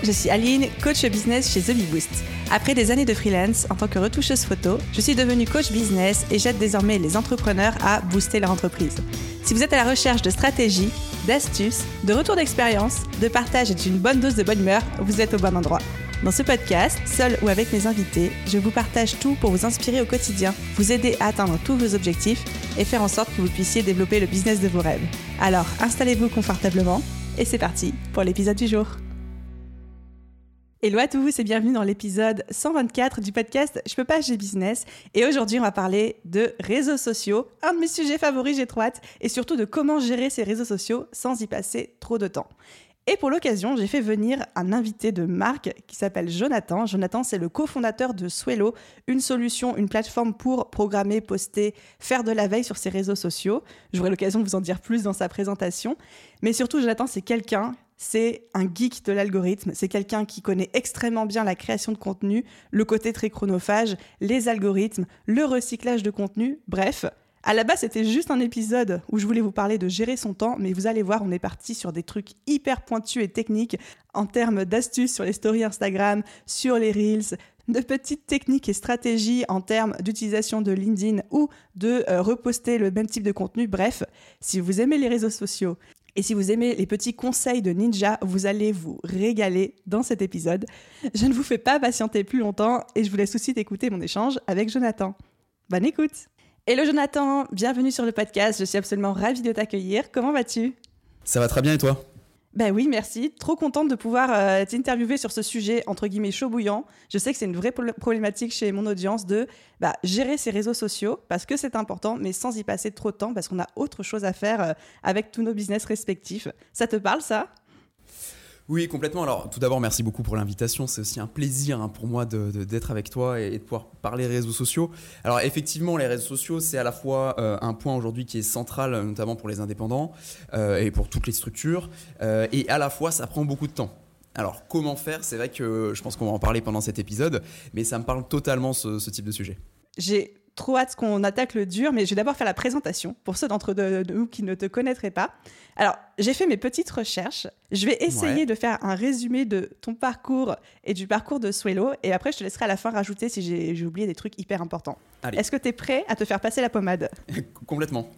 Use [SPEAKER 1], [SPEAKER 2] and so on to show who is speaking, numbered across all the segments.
[SPEAKER 1] je suis Aline, coach business chez The Bee Boost. Après des années de freelance en tant que retoucheuse photo, je suis devenue coach business et j'aide désormais les entrepreneurs à booster leur entreprise. Si vous êtes à la recherche de stratégies, d'astuces, de retours d'expérience, de partage et d'une bonne dose de bonne humeur, vous êtes au bon endroit. Dans ce podcast, seul ou avec mes invités, je vous partage tout pour vous inspirer au quotidien, vous aider à atteindre tous vos objectifs et faire en sorte que vous puissiez développer le business de vos rêves. Alors, installez-vous confortablement et c'est parti pour l'épisode du jour. Hello à tous et bienvenue dans l'épisode 124 du podcast Je peux pas, j'ai business. Et aujourd'hui, on va parler de réseaux sociaux, un de mes sujets favoris, j'ai trop hâte, et surtout de comment gérer ces réseaux sociaux sans y passer trop de temps. Et pour l'occasion, j'ai fait venir un invité de marque qui s'appelle Jonathan. Jonathan, c'est le cofondateur de Swelo, une solution, une plateforme pour programmer, poster, faire de la veille sur ses réseaux sociaux. J'aurai l'occasion de vous en dire plus dans sa présentation. Mais surtout, Jonathan, c'est un geek de l'algorithme. C'est quelqu'un qui connaît extrêmement bien la création de contenu, le côté très chronophage, les algorithmes, le recyclage de contenu, bref. À la base, c'était juste un épisode où je voulais vous parler de gérer son temps, mais vous allez voir, on est parti sur des trucs hyper pointus et techniques en termes d'astuces sur les stories Instagram, sur les Reels, de petites techniques et stratégies en termes d'utilisation de LinkedIn ou de reposter le même type de contenu. Bref, si vous aimez les réseaux sociaux et si vous aimez les petits conseils de ninja, vous allez vous régaler dans cet épisode. Je ne vous fais pas patienter plus longtemps et je vous laisse aussi d'écouter mon échange avec Jonathan. Bonne écoute! Hello Jonathan, bienvenue sur le podcast, je suis absolument ravie de t'accueillir. Comment vas-tu ?
[SPEAKER 2] Ça va très bien et toi ?
[SPEAKER 1] Ben oui, merci. Trop contente de pouvoir t'interviewer sur ce sujet, entre guillemets, chaud bouillant. Je sais que c'est une vraie problématique chez mon audience de gérer ses réseaux sociaux, parce que c'est important, mais sans y passer trop de temps, parce qu'on a autre chose à faire avec tous nos business respectifs. Ça te parle, ça ?
[SPEAKER 2] Oui, complètement. Alors, tout d'abord, merci beaucoup pour l'invitation. C'est aussi un plaisir pour moi d'être avec toi et de pouvoir parler réseaux sociaux. Alors, effectivement, les réseaux sociaux, c'est à la fois un point aujourd'hui qui est central, notamment pour les indépendants et pour toutes les structures. Et à la fois, ça prend beaucoup de temps. Alors, comment faire ? C'est vrai que je pense qu'on va en parler pendant cet épisode, mais ça me parle totalement ce type de sujet.
[SPEAKER 1] J'ai trop hâte qu'on attaque le dur, mais je vais d'abord faire la présentation pour ceux d'entre vous qui ne te connaîtraient pas. Alors, j'ai fait mes petites recherches. Je vais essayer de faire un résumé de ton parcours et du parcours de Swelo, et après, je te laisserai à la fin rajouter si j'ai oublié des trucs hyper importants.
[SPEAKER 2] Allez.
[SPEAKER 1] Est-ce que tu es prêt à te faire passer la pommade ?
[SPEAKER 2] Complètement.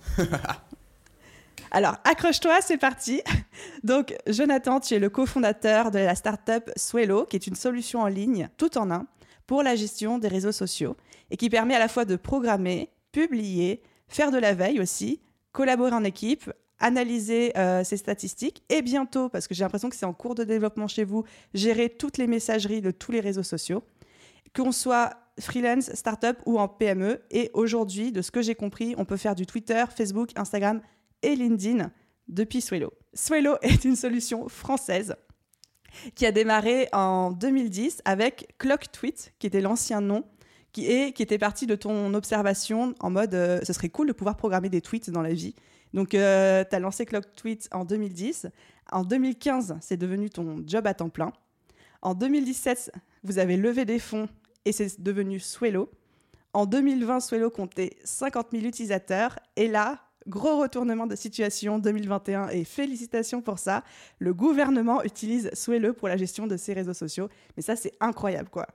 [SPEAKER 1] Alors, accroche-toi, c'est parti. Donc, Jonathan, tu es le cofondateur de la startup Swelo, qui est une solution en ligne, tout en un, pour la gestion des réseaux sociaux et qui permet à la fois de programmer, publier, faire de la veille aussi, collaborer en équipe, analyser ses statistiques et bientôt, parce que j'ai l'impression que c'est en cours de développement chez vous, gérer toutes les messageries de tous les réseaux sociaux, qu'on soit freelance, startup ou en PME. Et aujourd'hui, de ce que j'ai compris, on peut faire du Twitter, Facebook, Instagram et LinkedIn depuis Swelo. Swelo est une solution française qui a démarré en 2010 avec ClockTweet, qui était l'ancien nom, qui était parti de ton observation en mode ce serait cool de pouvoir programmer des tweets dans la vie. Donc, tu as lancé ClockTweet en 2010. En 2015, c'est devenu ton job à temps plein. En 2017, vous avez levé des fonds et c'est devenu Swelo. En 2020, Swelo comptait 50 000 utilisateurs. Et là, gros retournement de situation 2021 et félicitations pour ça. Le gouvernement utilise Swelo pour la gestion de ses réseaux sociaux. Mais ça, c'est incroyable, quoi.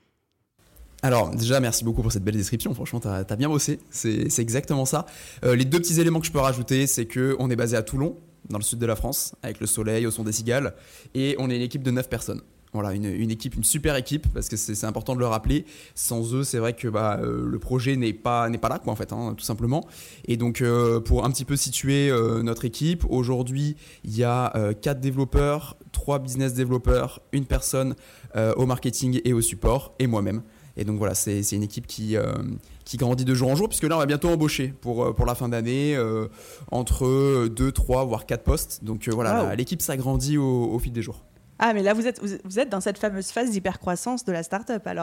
[SPEAKER 2] Alors déjà, merci beaucoup pour cette belle description. Franchement, t'as bien bossé. C'est exactement ça. Les deux petits éléments que je peux rajouter, c'est qu'on est basé à Toulon, dans le sud de la France, avec le soleil, au son des cigales. Et on est une équipe de 9 personnes. Voilà, une super équipe, parce que c'est important de le rappeler. Sans eux, c'est vrai que le projet n'est pas là, quoi, en fait, tout simplement. Et donc, pour un petit peu situer notre équipe, aujourd'hui, il y a 4 développeurs, 3 business développeurs, une personne au marketing et au support, et moi-même. Et donc voilà, c'est une équipe qui grandit de jour en jour, puisque là, on va bientôt embaucher pour la fin d'année, entre 2, 3, voire 4 postes. Donc voilà, l'équipe s'agrandit au fil des jours.
[SPEAKER 1] Ah, mais là, vous êtes dans cette fameuse phase d'hypercroissance de la start-up, alors ?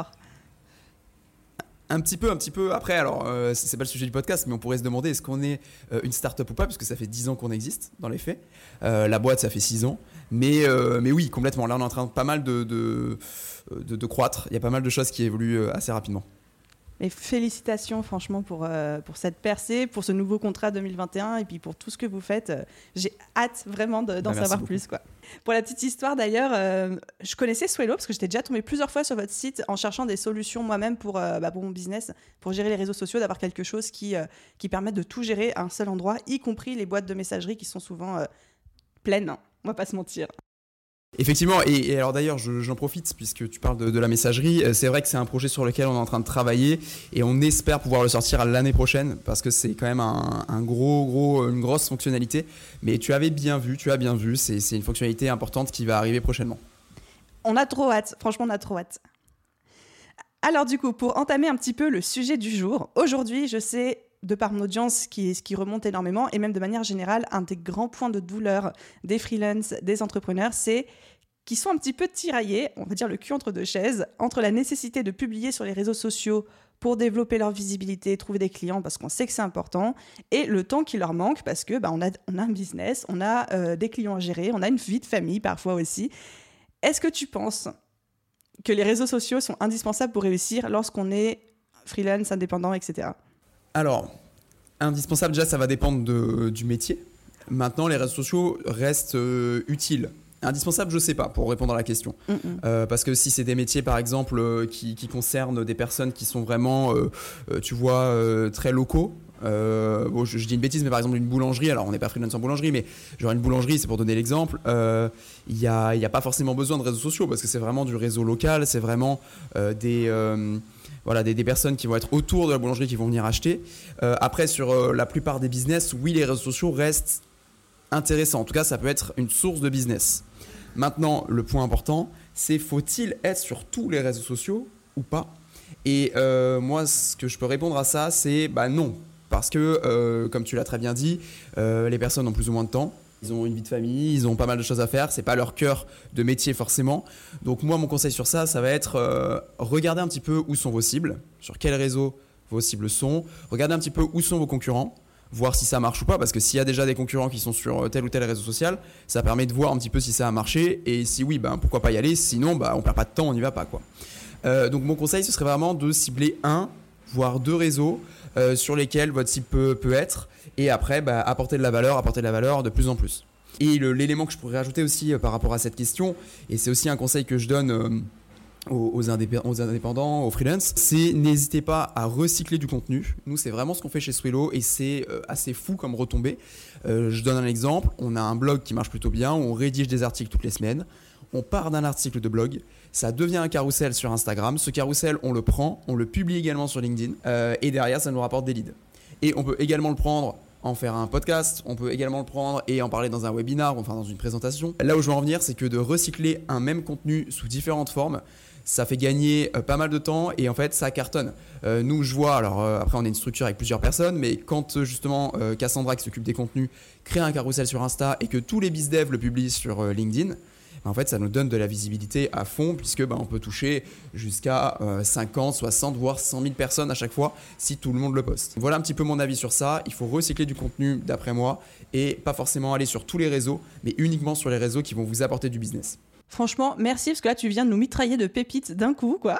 [SPEAKER 2] Un petit peu. Après, alors, c'est pas le sujet du podcast, mais on pourrait se demander est-ce qu'on est une start-up ou pas, puisque ça fait 10 ans qu'on existe, dans les faits. La boîte, ça fait 6 ans. Mais oui, complètement. Là, on est en train pas mal de croître. Il y a pas mal de choses qui évoluent assez rapidement.
[SPEAKER 1] Et félicitations franchement pour cette percée, pour ce nouveau contrat 2021 et puis pour tout ce que vous faites. J'ai hâte vraiment d'en savoir plus, quoi. Pour la petite histoire d'ailleurs, je connaissais Swello parce que j'étais déjà tombée plusieurs fois sur votre site en cherchant des solutions moi-même pour mon business, pour gérer les réseaux sociaux, d'avoir quelque chose qui permette de tout gérer à un seul endroit, y compris les boîtes de messagerie qui sont souvent pleines, hein, on va pas se mentir.
[SPEAKER 2] Effectivement, et alors d'ailleurs j'en profite puisque tu parles de la messagerie, c'est vrai que c'est un projet sur lequel on est en train de travailler et on espère pouvoir le sortir l'année prochaine parce que c'est quand même une grosse fonctionnalité, mais tu as bien vu, c'est une fonctionnalité importante qui va arriver prochainement.
[SPEAKER 1] On a trop hâte, franchement on a trop hâte. Alors du coup, pour entamer un petit peu le sujet du jour, aujourd'hui je sais, de par mon audience qui remonte énormément, et même de manière générale, un des grands points de douleur des freelances, des entrepreneurs, c'est qu'ils sont un petit peu tiraillés, on va dire le cul entre deux chaises, entre la nécessité de publier sur les réseaux sociaux pour développer leur visibilité, trouver des clients parce qu'on sait que c'est important, et le temps qui leur manque parce que on a un business, on a des clients à gérer, on a une vie de famille parfois aussi. Est-ce que tu penses que les réseaux sociaux sont indispensables pour réussir lorsqu'on est freelance, indépendant, etc. ?
[SPEAKER 2] Alors, indispensable, déjà, ça va dépendre du métier. Maintenant, les réseaux sociaux restent utiles. Indispensable, je ne sais pas, pour répondre à la question. Parce que si c'est des métiers, par exemple, qui concernent des personnes qui sont vraiment, très locaux, je dis une bêtise, mais par exemple une boulangerie, alors on n'est pas freelance en boulangerie, mais genre une boulangerie, c'est pour donner l'exemple, il y a pas forcément besoin de réseaux sociaux parce que c'est vraiment du réseau local, c'est vraiment des personnes qui vont être autour de la boulangerie qui vont venir acheter. Après, sur la plupart des business, oui, les réseaux sociaux restent intéressants. En tout cas, ça peut être une source de business. Maintenant, le point important, c'est faut-il être sur tous les réseaux sociaux ou pas ? Et moi, ce que je peux répondre à ça, c'est non. Parce que, comme tu l'as très bien dit, les personnes ont plus ou moins de temps. Ils ont une vie de famille, ils ont pas mal de choses à faire. C'est pas leur cœur de métier forcément. Donc moi, mon conseil sur ça va être regarder un petit peu où sont vos cibles, sur quel réseau vos cibles sont. Regardez un petit peu où sont vos concurrents, voir si ça marche ou pas. Parce que s'il y a déjà des concurrents qui sont sur tel ou tel réseau social, ça permet de voir un petit peu si ça a marché. Et si oui, pourquoi pas y aller. Sinon, on perd pas de temps, on n'y va pas, quoi. Donc mon conseil, ce serait vraiment de cibler un, voire deux réseaux sur lesquels votre cible peut être. Et après, apporter de la valeur de plus en plus. Et l'élément que je pourrais rajouter aussi par rapport à cette question, et c'est aussi un conseil que je donne aux indépendants, aux freelance, c'est n'hésitez pas à recycler du contenu. Nous, c'est vraiment ce qu'on fait chez Swello et c'est assez fou comme retombée. Je donne un exemple, on a un blog qui marche plutôt bien, on rédige des articles toutes les semaines, on part d'un article de blog, ça devient un carrousel sur Instagram, ce carrousel on le prend, on le publie également sur LinkedIn et derrière ça nous rapporte des leads. Et on peut également le prendre, en faire un podcast, on peut également le prendre et en parler dans un webinar, enfin dans une présentation. Là où je veux en venir, c'est que de recycler un même contenu sous différentes formes, ça fait gagner pas mal de temps et en fait ça cartonne. Nous je vois, alors après on est une structure avec plusieurs personnes, mais quand justement Cassandra qui s'occupe des contenus crée un carrousel sur Insta et que tous les bizdev le publient sur LinkedIn, en fait ça nous donne de la visibilité à fond puisque on peut toucher jusqu'à 50, 60 voire 100 000 personnes à chaque fois si tout le monde le poste. Voilà un petit peu mon avis sur ça. Il faut recycler du contenu d'après moi et pas forcément aller sur tous les réseaux mais uniquement sur les réseaux qui vont vous apporter du business.
[SPEAKER 1] Franchement, merci parce que là tu viens de nous mitrailler de pépites d'un coup, quoi.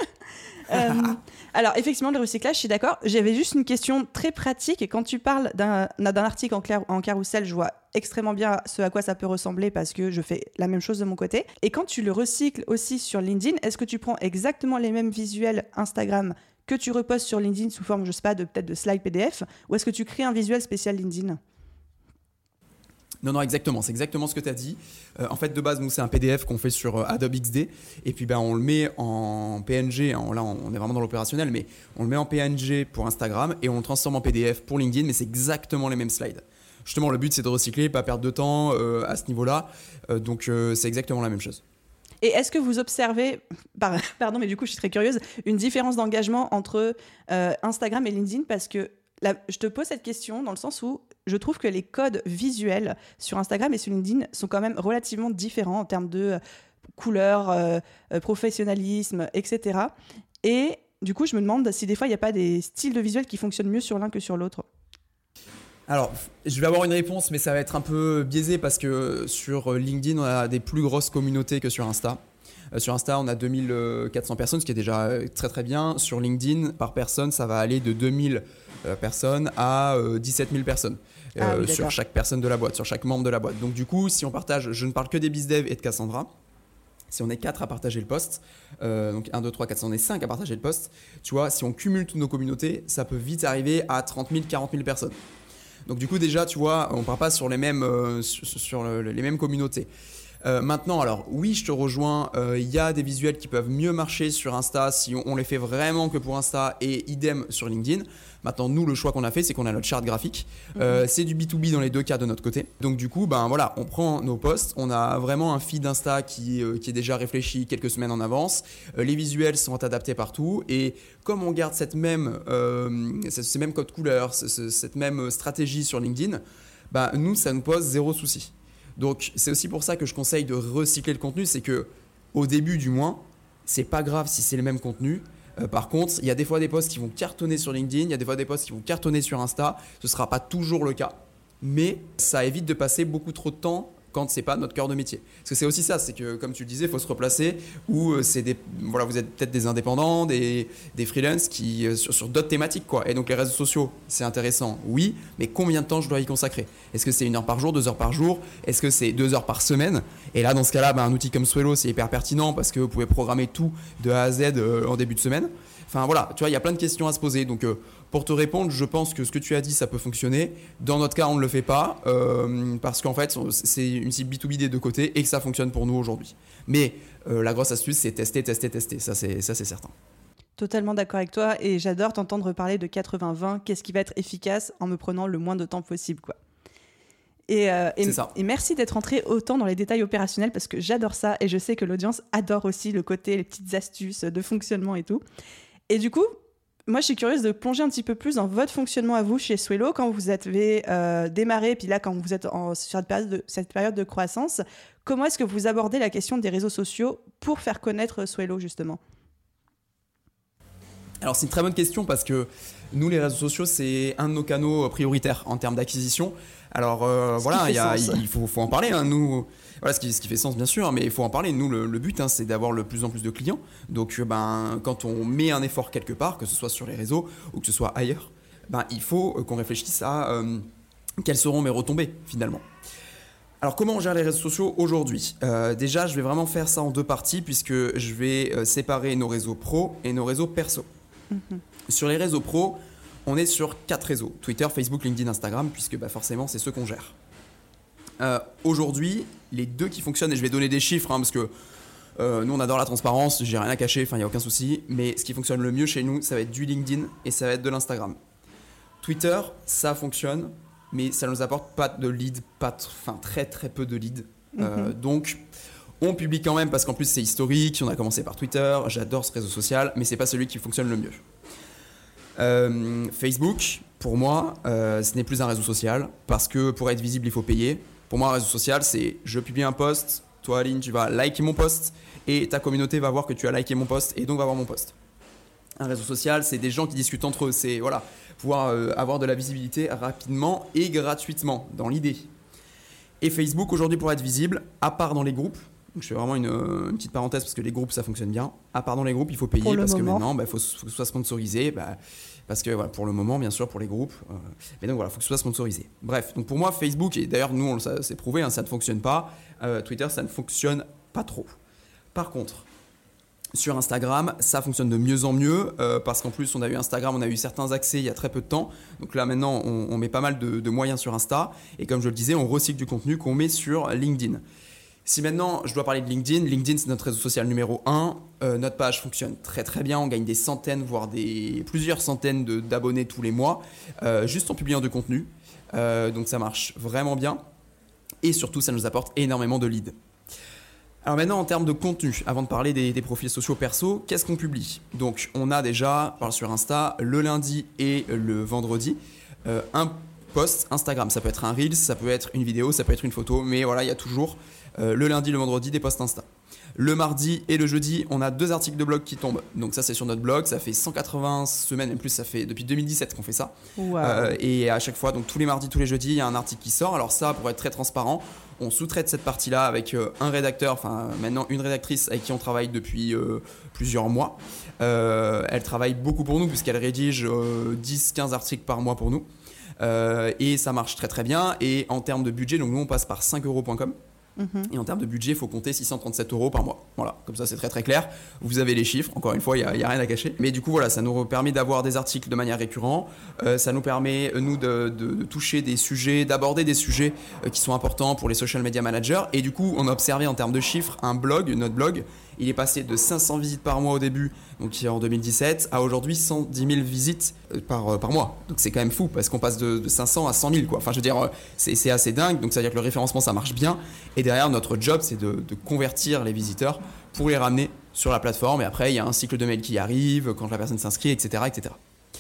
[SPEAKER 1] Alors effectivement, le recyclage, je suis d'accord. J'avais juste une question très pratique. Et quand tu parles d'un article en carrousel, je vois extrêmement bien ce à quoi ça peut ressembler parce que je fais la même chose de mon côté. Et quand tu le recycles aussi sur LinkedIn, est-ce que tu prends exactement les mêmes visuels Instagram que tu repostes sur LinkedIn sous forme, je sais pas, peut-être de slide PDF, ou est-ce que tu crées un visuel spécial LinkedIn ?
[SPEAKER 2] Non, exactement. C'est exactement ce que tu as dit. En fait, de base, nous, c'est un PDF qu'on fait sur Adobe XD. Et puis, on le met en PNG. Là, on est vraiment dans l'opérationnel, mais on le met en PNG pour Instagram et on le transforme en PDF pour LinkedIn. Mais c'est exactement les mêmes slides. Justement, le but, c'est de recycler, pas perdre de temps à ce niveau-là. Donc, c'est exactement la même chose.
[SPEAKER 1] Et est-ce que vous observez, pardon, mais du coup, je suis très curieuse, une différence d'engagement entre Instagram et LinkedIn ? Parce que là, je te pose cette question dans le sens où je trouve que les codes visuels sur Instagram et sur LinkedIn sont quand même relativement différents en termes de couleur, professionnalisme, etc. Et du coup, je me demande si des fois, il n'y a pas des styles de visuels qui fonctionnent mieux sur l'un que sur l'autre.
[SPEAKER 2] Alors, je vais avoir une réponse, mais ça va être un peu biaisé parce que sur LinkedIn, on a des plus grosses communautés que sur Insta. Sur Insta, on a 2400 personnes, ce qui est déjà très très bien. Sur LinkedIn, par personne, ça va aller de 2000 personnes à 17 000 personnes.
[SPEAKER 1] Oui,
[SPEAKER 2] sur chaque personne de la boîte, sur chaque membre de la boîte. Donc du coup, si on partage, je ne parle que des BizDev et de Cassandra, si on est 4 à partager le post, donc 1, 2, 3, 4, on est 5 à partager le post, tu vois, si on cumule toutes nos communautés, ça peut vite arriver à 30 000, 40 000 personnes. Donc du coup déjà, tu vois, on ne part pas sur les mêmes, les mêmes communautés. Maintenant, alors oui, je te rejoins, il y a des visuels qui peuvent mieux marcher sur Insta si on les fait vraiment que pour Insta, et idem sur LinkedIn. Maintenant, nous, le choix qu'on a fait, c'est qu'on a notre charte graphique. C'est du B2B dans les deux cas de notre côté. Donc du coup, voilà, on prend nos posts, on a vraiment un feed Insta qui est déjà réfléchi quelques semaines en avance. Les visuels sont adaptés partout, et comme on garde ces mêmes codes couleurs, cette même stratégie sur LinkedIn, nous, ça nous pose zéro souci. Donc c'est aussi pour ça que je conseille de recycler le contenu, c'est que au début du moins, c'est pas grave si c'est le même contenu. Par contre, il y a des fois des posts qui vont cartonner sur LinkedIn, il y a des fois des posts qui vont cartonner sur Insta. Ce ne sera pas toujours le cas, mais ça évite de passer beaucoup trop de temps quand c'est pas notre cœur de métier. Parce que c'est aussi ça, c'est que comme tu le disais, il faut se replacer, ou vous êtes peut-être des indépendants, des freelances qui sur d'autres thématiques, quoi. Et donc les réseaux sociaux, c'est intéressant, oui, mais combien de temps je dois y consacrer? Est-ce que c'est 1 heure par jour, 2 heures par jour? Est-ce que c'est 2 heures par semaine? Et là, dans ce cas-là, un outil comme Swello, c'est hyper pertinent parce que vous pouvez programmer tout de A à Z en début de semaine. Enfin voilà, tu vois, il y a plein de questions à se poser. Donc pour te répondre, je pense que ce que tu as dit, ça peut fonctionner. Dans notre cas, on ne le fait pas parce qu'en fait, c'est une cible B2B des deux côtés et que ça fonctionne pour nous aujourd'hui. Mais la grosse astuce, c'est tester. Ça, c'est certain.
[SPEAKER 1] Totalement d'accord avec toi, et j'adore t'entendre parler de 80-20. Qu'est-ce qui va être efficace en me prenant le moins de temps possible, quoi. Et merci d'être entré autant dans les détails opérationnels, parce que j'adore ça, et je sais que l'audience adore aussi le côté, les petites astuces de fonctionnement et tout. Et du coup, moi, je suis curieuse de plonger un petit peu plus dans votre fonctionnement à vous chez Swello quand vous avez démarré, puis là, quand vous êtes sur cette période de croissance. Comment est-ce que vous abordez la question des réseaux sociaux pour faire connaître Swello, justement?
[SPEAKER 2] Alors, c'est une très bonne question parce que nous, les réseaux sociaux, c'est un de nos canaux prioritaires en termes d'acquisition. Alors, il faut en parler. Hein, nous, voilà, ce qui fait sens, bien sûr, mais il faut en parler. Nous, le but, c'est d'avoir de plus en plus de clients. Donc, quand on met un effort quelque part, que ce soit sur les réseaux ou que ce soit ailleurs, il faut qu'on réfléchisse à quelles seront mes retombées, finalement. Alors, comment on gère les réseaux sociaux aujourd'hui? Déjà, je vais vraiment faire ça en deux parties, puisque je vais séparer nos réseaux pro et nos réseaux perso. Sur les réseaux pro, on est sur 4 réseaux: Twitter, Facebook, LinkedIn, Instagram, puisque forcément, c'est ceux qu'on gère. Aujourd'hui, les deux qui fonctionnent, et je vais donner des chiffres, parce que nous, on adore la transparence, j'ai rien à cacher, il n'y a aucun souci, mais ce qui fonctionne le mieux chez nous, ça va être du LinkedIn et ça va être de l'Instagram. Twitter, ça fonctionne, mais ça ne nous apporte pas de leads, très très peu de leads. Donc, on publie quand même parce qu'en plus, c'est historique, on a commencé par Twitter, j'adore ce réseau social, mais ce n'est pas celui qui fonctionne le mieux. Facebook, pour moi, ce n'est plus un réseau social parce que pour être visible, il faut payer. Pour moi, un réseau social, c'est je publie un post, toi, Aline, tu vas liker mon post et ta communauté va voir que tu as liké mon post et donc va voir mon post. Un réseau social, c'est des gens qui discutent entre eux, c'est pouvoir avoir de la visibilité rapidement et gratuitement, dans l'idée. Et Facebook, aujourd'hui, pour être visible, à part dans les groupes, donc je fais vraiment une petite parenthèse parce que les groupes, ça fonctionne bien. À part dans les groupes, il faut payer parce que maintenant, il faut que ce soit sponsorisé. Parce que pour le moment, bien sûr, pour les groupes. Mais donc voilà, il faut que ce soit sponsorisé. Bref, donc pour moi, Facebook, et d'ailleurs, nous, c'est prouvé, ça ne fonctionne pas. Twitter, ça ne fonctionne pas trop. Par contre, sur Instagram, ça fonctionne de mieux en mieux parce qu'en plus, on a eu certains accès il y a très peu de temps. Donc là, maintenant, on met pas mal de moyens sur Insta. Et comme je le disais, on recycle du contenu qu'on met sur LinkedIn. Si maintenant je dois parler de LinkedIn, c'est notre réseau social numéro 1. Notre page fonctionne très très bien. On gagne des centaines, voire plusieurs centaines d'abonnés tous les mois, juste en publiant du contenu. Donc ça marche vraiment bien. Et surtout, ça nous apporte énormément de leads. Alors maintenant, en termes de contenu, avant de parler des profils sociaux perso, qu'est-ce qu'on publie? Donc on a déjà, sur Insta, le lundi et le vendredi, un post Instagram. Ça peut être un Reels, ça peut être une vidéo, ça peut être une photo, mais voilà, il y a toujours le lundi, le vendredi, des posts Insta. Le mardi et le jeudi, on a 2 articles de blog qui tombent. Donc ça, c'est sur notre blog. Ça fait 180 semaines, même plus, ça fait depuis 2017 qu'on fait ça.
[SPEAKER 1] Wow.
[SPEAKER 2] Et à chaque fois, donc tous les mardis, tous les jeudis, il y a un article qui sort. Alors ça, pour être très transparent, on sous-traite cette partie-là avec un rédacteur, enfin maintenant une rédactrice avec qui on travaille depuis plusieurs mois. Elle travaille beaucoup pour nous puisqu'elle rédige 10-15 articles par mois pour nous. Et ça marche très très bien. Et en termes de budget, donc nous on passe par 5euros.com. Et en termes de budget, il faut compter 637 € par mois. Voilà, comme ça c'est très très clair. Vous avez les chiffres, encore une fois, il n'y a rien à cacher. Mais du coup, voilà, ça nous permet d'avoir des articles de manière récurrente. Ça nous permet, nous, de toucher des sujets, d'aborder des sujets qui sont importants pour les social media managers. Et du coup, on a observé en termes de chiffres, notre blog, il est passé de 500 visites par mois au début, donc en 2017, à aujourd'hui 110 000 visites par mois. Donc c'est quand même fou parce qu'on passe de 500 à 100 000 quoi. Enfin je veux dire, c'est assez dingue. Donc ça veut dire que le référencement ça marche bien. Et derrière notre job c'est de convertir les visiteurs pour les ramener sur la plateforme. Et après il y a un cycle de mails qui arrive quand la personne s'inscrit, etc., etc.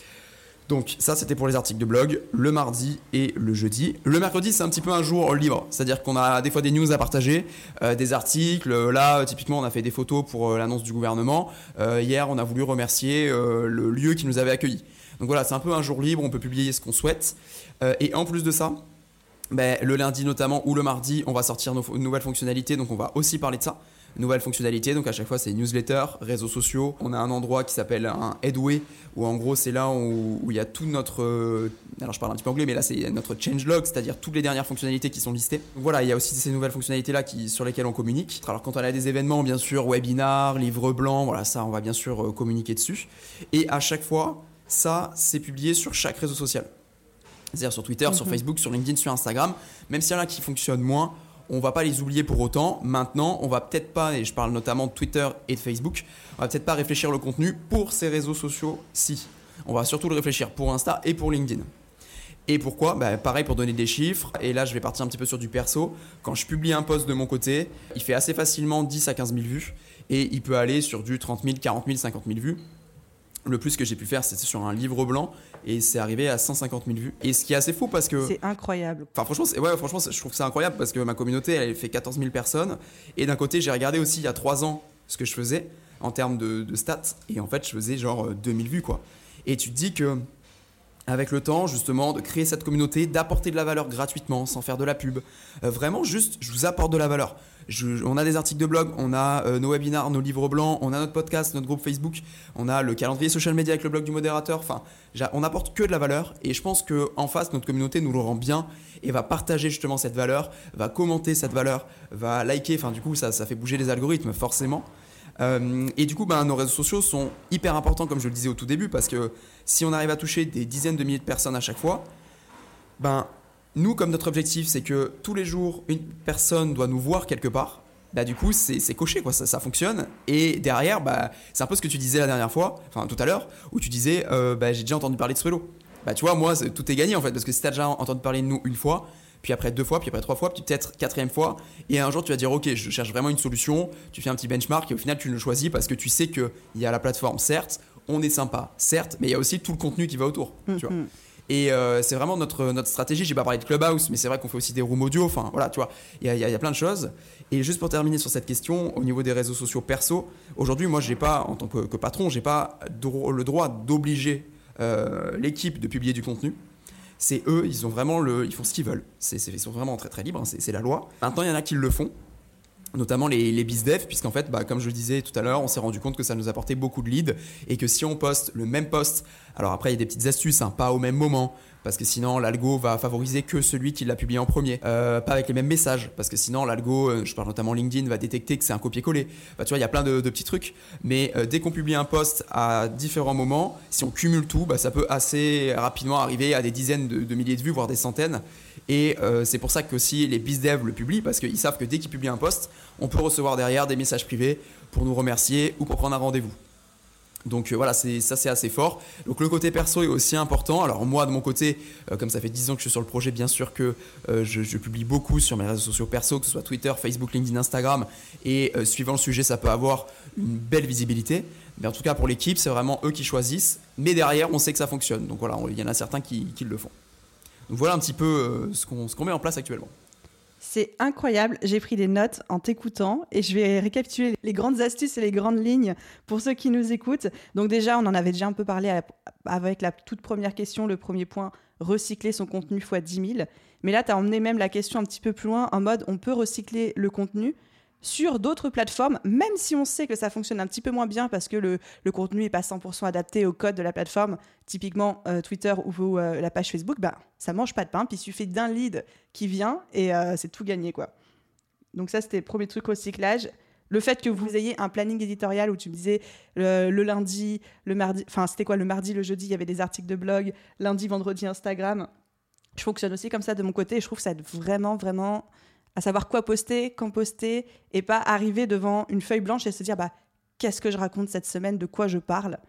[SPEAKER 2] Donc ça c'était pour les articles de blog, le mardi et le jeudi. Le mercredi c'est un petit peu un jour libre, c'est-à-dire qu'on a des fois des news à partager, des articles. Là typiquement on a fait des photos pour l'annonce du gouvernement. Hier on a voulu remercier le lieu qui nous avait accueillis. Donc voilà, c'est un peu un jour libre, on peut publier ce qu'on souhaite. Et en plus de ça, le lundi notamment ou le mardi on va sortir nos nouvelles fonctionnalités, donc on va aussi parler de ça. Nouvelles fonctionnalités, donc à chaque fois c'est newsletter, réseaux sociaux. On a un endroit qui s'appelle un Headway où en gros c'est là où il y a tout notre, alors je parle un petit peu anglais mais là c'est notre changelog, c'est-à-dire toutes les dernières fonctionnalités qui sont listées. Donc voilà, il y a aussi ces nouvelles fonctionnalités là sur lesquelles on communique. Alors quand on a des événements, bien sûr, webinars, livres blancs, voilà, ça on va bien sûr communiquer dessus. Et à chaque fois, ça c'est publié sur chaque réseau social. C'est-à-dire sur Twitter, sur Facebook, sur LinkedIn, sur Instagram. Même s'il y en a qui fonctionnent moins, on va pas les oublier pour autant. Maintenant, on va peut-être pas, et je parle notamment de Twitter et de Facebook, on va peut-être pas réfléchir le contenu pour ces réseaux sociaux-ci. On va surtout le réfléchir pour Insta et pour LinkedIn. Et pourquoi ? Pareil pour donner des chiffres. Et là, je vais partir un petit peu sur du perso. Quand je publie un post de mon côté, il fait assez facilement 10 à 15 000 vues. Et il peut aller sur du 30 000, 40 000, 50 000 vues. Le plus que j'ai pu faire, c'était sur un livre blanc et c'est arrivé à 150 000 vues. Et ce qui est assez fou parce que...
[SPEAKER 1] C'est incroyable.
[SPEAKER 2] Enfin, franchement, je trouve que c'est incroyable parce que ma communauté, elle fait 14 000 personnes. Et d'un côté, j'ai regardé aussi il y a 3 ans ce que je faisais en termes de stats. Et en fait, je faisais genre 2000 vues, quoi. Et tu te dis que avec le temps, justement, de créer cette communauté, d'apporter de la valeur gratuitement, sans faire de la pub. Vraiment, juste, je vous apporte de la valeur. On a des articles de blog, on a nos webinars, nos livres blancs, on a notre podcast, notre groupe Facebook, on a le calendrier social media avec le blog du modérateur. Enfin, on n'apporte que de la valeur. Et je pense qu'en face, notre communauté nous le rend bien et va partager justement cette valeur, va commenter cette valeur, va liker. Enfin, du coup, ça fait bouger les algorithmes, forcément. Et du coup, nos réseaux sociaux sont hyper importants, comme je le disais au tout début, parce que si on arrive à toucher des dizaines de milliers de personnes à chaque fois, nous, comme notre objectif, c'est que tous les jours, une personne doit nous voir quelque part, du coup, c'est coché, quoi, ça fonctionne. Et derrière, c'est un peu ce que tu disais la dernière fois, enfin tout à l'heure, où tu disais, j'ai déjà entendu parler de Swello. Tu vois, moi, tout est gagné en fait, parce que si tu as déjà entendu parler de nous une fois, puis après 2 fois, puis après 3 fois, puis peut-être 4e fois, et un jour tu vas dire ok, je cherche vraiment une solution, tu fais un petit benchmark et au final tu le choisis parce que tu sais qu'il y a la plateforme, certes, on est sympa, certes, mais il y a aussi tout le contenu qui va autour, tu vois. Et c'est vraiment notre stratégie. J'ai pas parlé de Clubhouse, mais c'est vrai qu'on fait aussi des rooms audio, enfin voilà, tu vois, il y a plein de choses. Et juste pour terminer sur cette question, au niveau des réseaux sociaux perso, aujourd'hui moi j'ai pas, en tant que patron, j'ai pas le droit d'obliger l'équipe de publier du contenu. C'est eux, ils font ce qu'ils veulent. Ils sont vraiment très très libres, c'est la loi. Maintenant, il y en a qui le font, notamment les bizdev, puisqu'en fait, comme je le disais tout à l'heure, on s'est rendu compte que ça nous apportait beaucoup de leads et que si on poste le même post, alors après il y a des petites astuces, pas au même moment, parce que sinon l'algo va favoriser que celui qui l'a publié en premier, pas avec les mêmes messages, parce que sinon l'algo, je parle notamment LinkedIn, va détecter que c'est un copier-coller. Tu vois, il y a plein de petits trucs, mais dès qu'on publie un post à différents moments, si on cumule tout, ça peut assez rapidement arriver à des dizaines de milliers de vues, voire des centaines. Et c'est pour ça qu'aussi les bizdev le publient, parce qu'ils savent que dès qu'ils publient un post, on peut recevoir derrière des messages privés pour nous remercier ou pour prendre un rendez-vous. Donc voilà, c'est assez fort. Donc le côté perso est aussi important. Alors moi de mon côté, comme ça fait 10 ans que je suis sur le projet, bien sûr que je publie beaucoup sur mes réseaux sociaux perso, que ce soit Twitter, Facebook, LinkedIn, Instagram. Et suivant le sujet, ça peut avoir une belle visibilité. Mais en tout cas pour l'équipe, c'est vraiment eux qui choisissent. Mais derrière, on sait que ça fonctionne. Donc voilà, il y en a certains qui le font. Donc voilà un petit peu ce qu'on met en place actuellement.
[SPEAKER 1] C'est incroyable, j'ai pris des notes en t'écoutant et je vais récapituler les grandes astuces et les grandes lignes pour ceux qui nous écoutent. Donc déjà, on en avait déjà un peu parlé avec la toute première question, le premier point, recycler son contenu x 10 000. Mais là, tu as emmené même la question un petit peu plus loin en mode on peut recycler le contenu sur d'autres plateformes, même si on sait que ça fonctionne un petit peu moins bien parce que le contenu n'est pas 100% adapté au code de la plateforme, typiquement Twitter ou la page Facebook, ça mange pas de pain, puis il suffit d'un lead qui vient et c'est tout gagné, quoi. Donc ça, c'était le premier truc, recyclage. Le fait que vous ayez un planning éditorial où tu me disais le lundi, le mardi, enfin c'était quoi, le mardi, le jeudi, il y avait des articles de blog, lundi, vendredi, Instagram. Je fonctionne aussi comme ça de mon côté et je trouve que ça aide vraiment, vraiment à savoir quoi poster, quand poster, et pas arriver devant une feuille blanche et se dire qu'est-ce que je raconte cette semaine, de quoi je parle.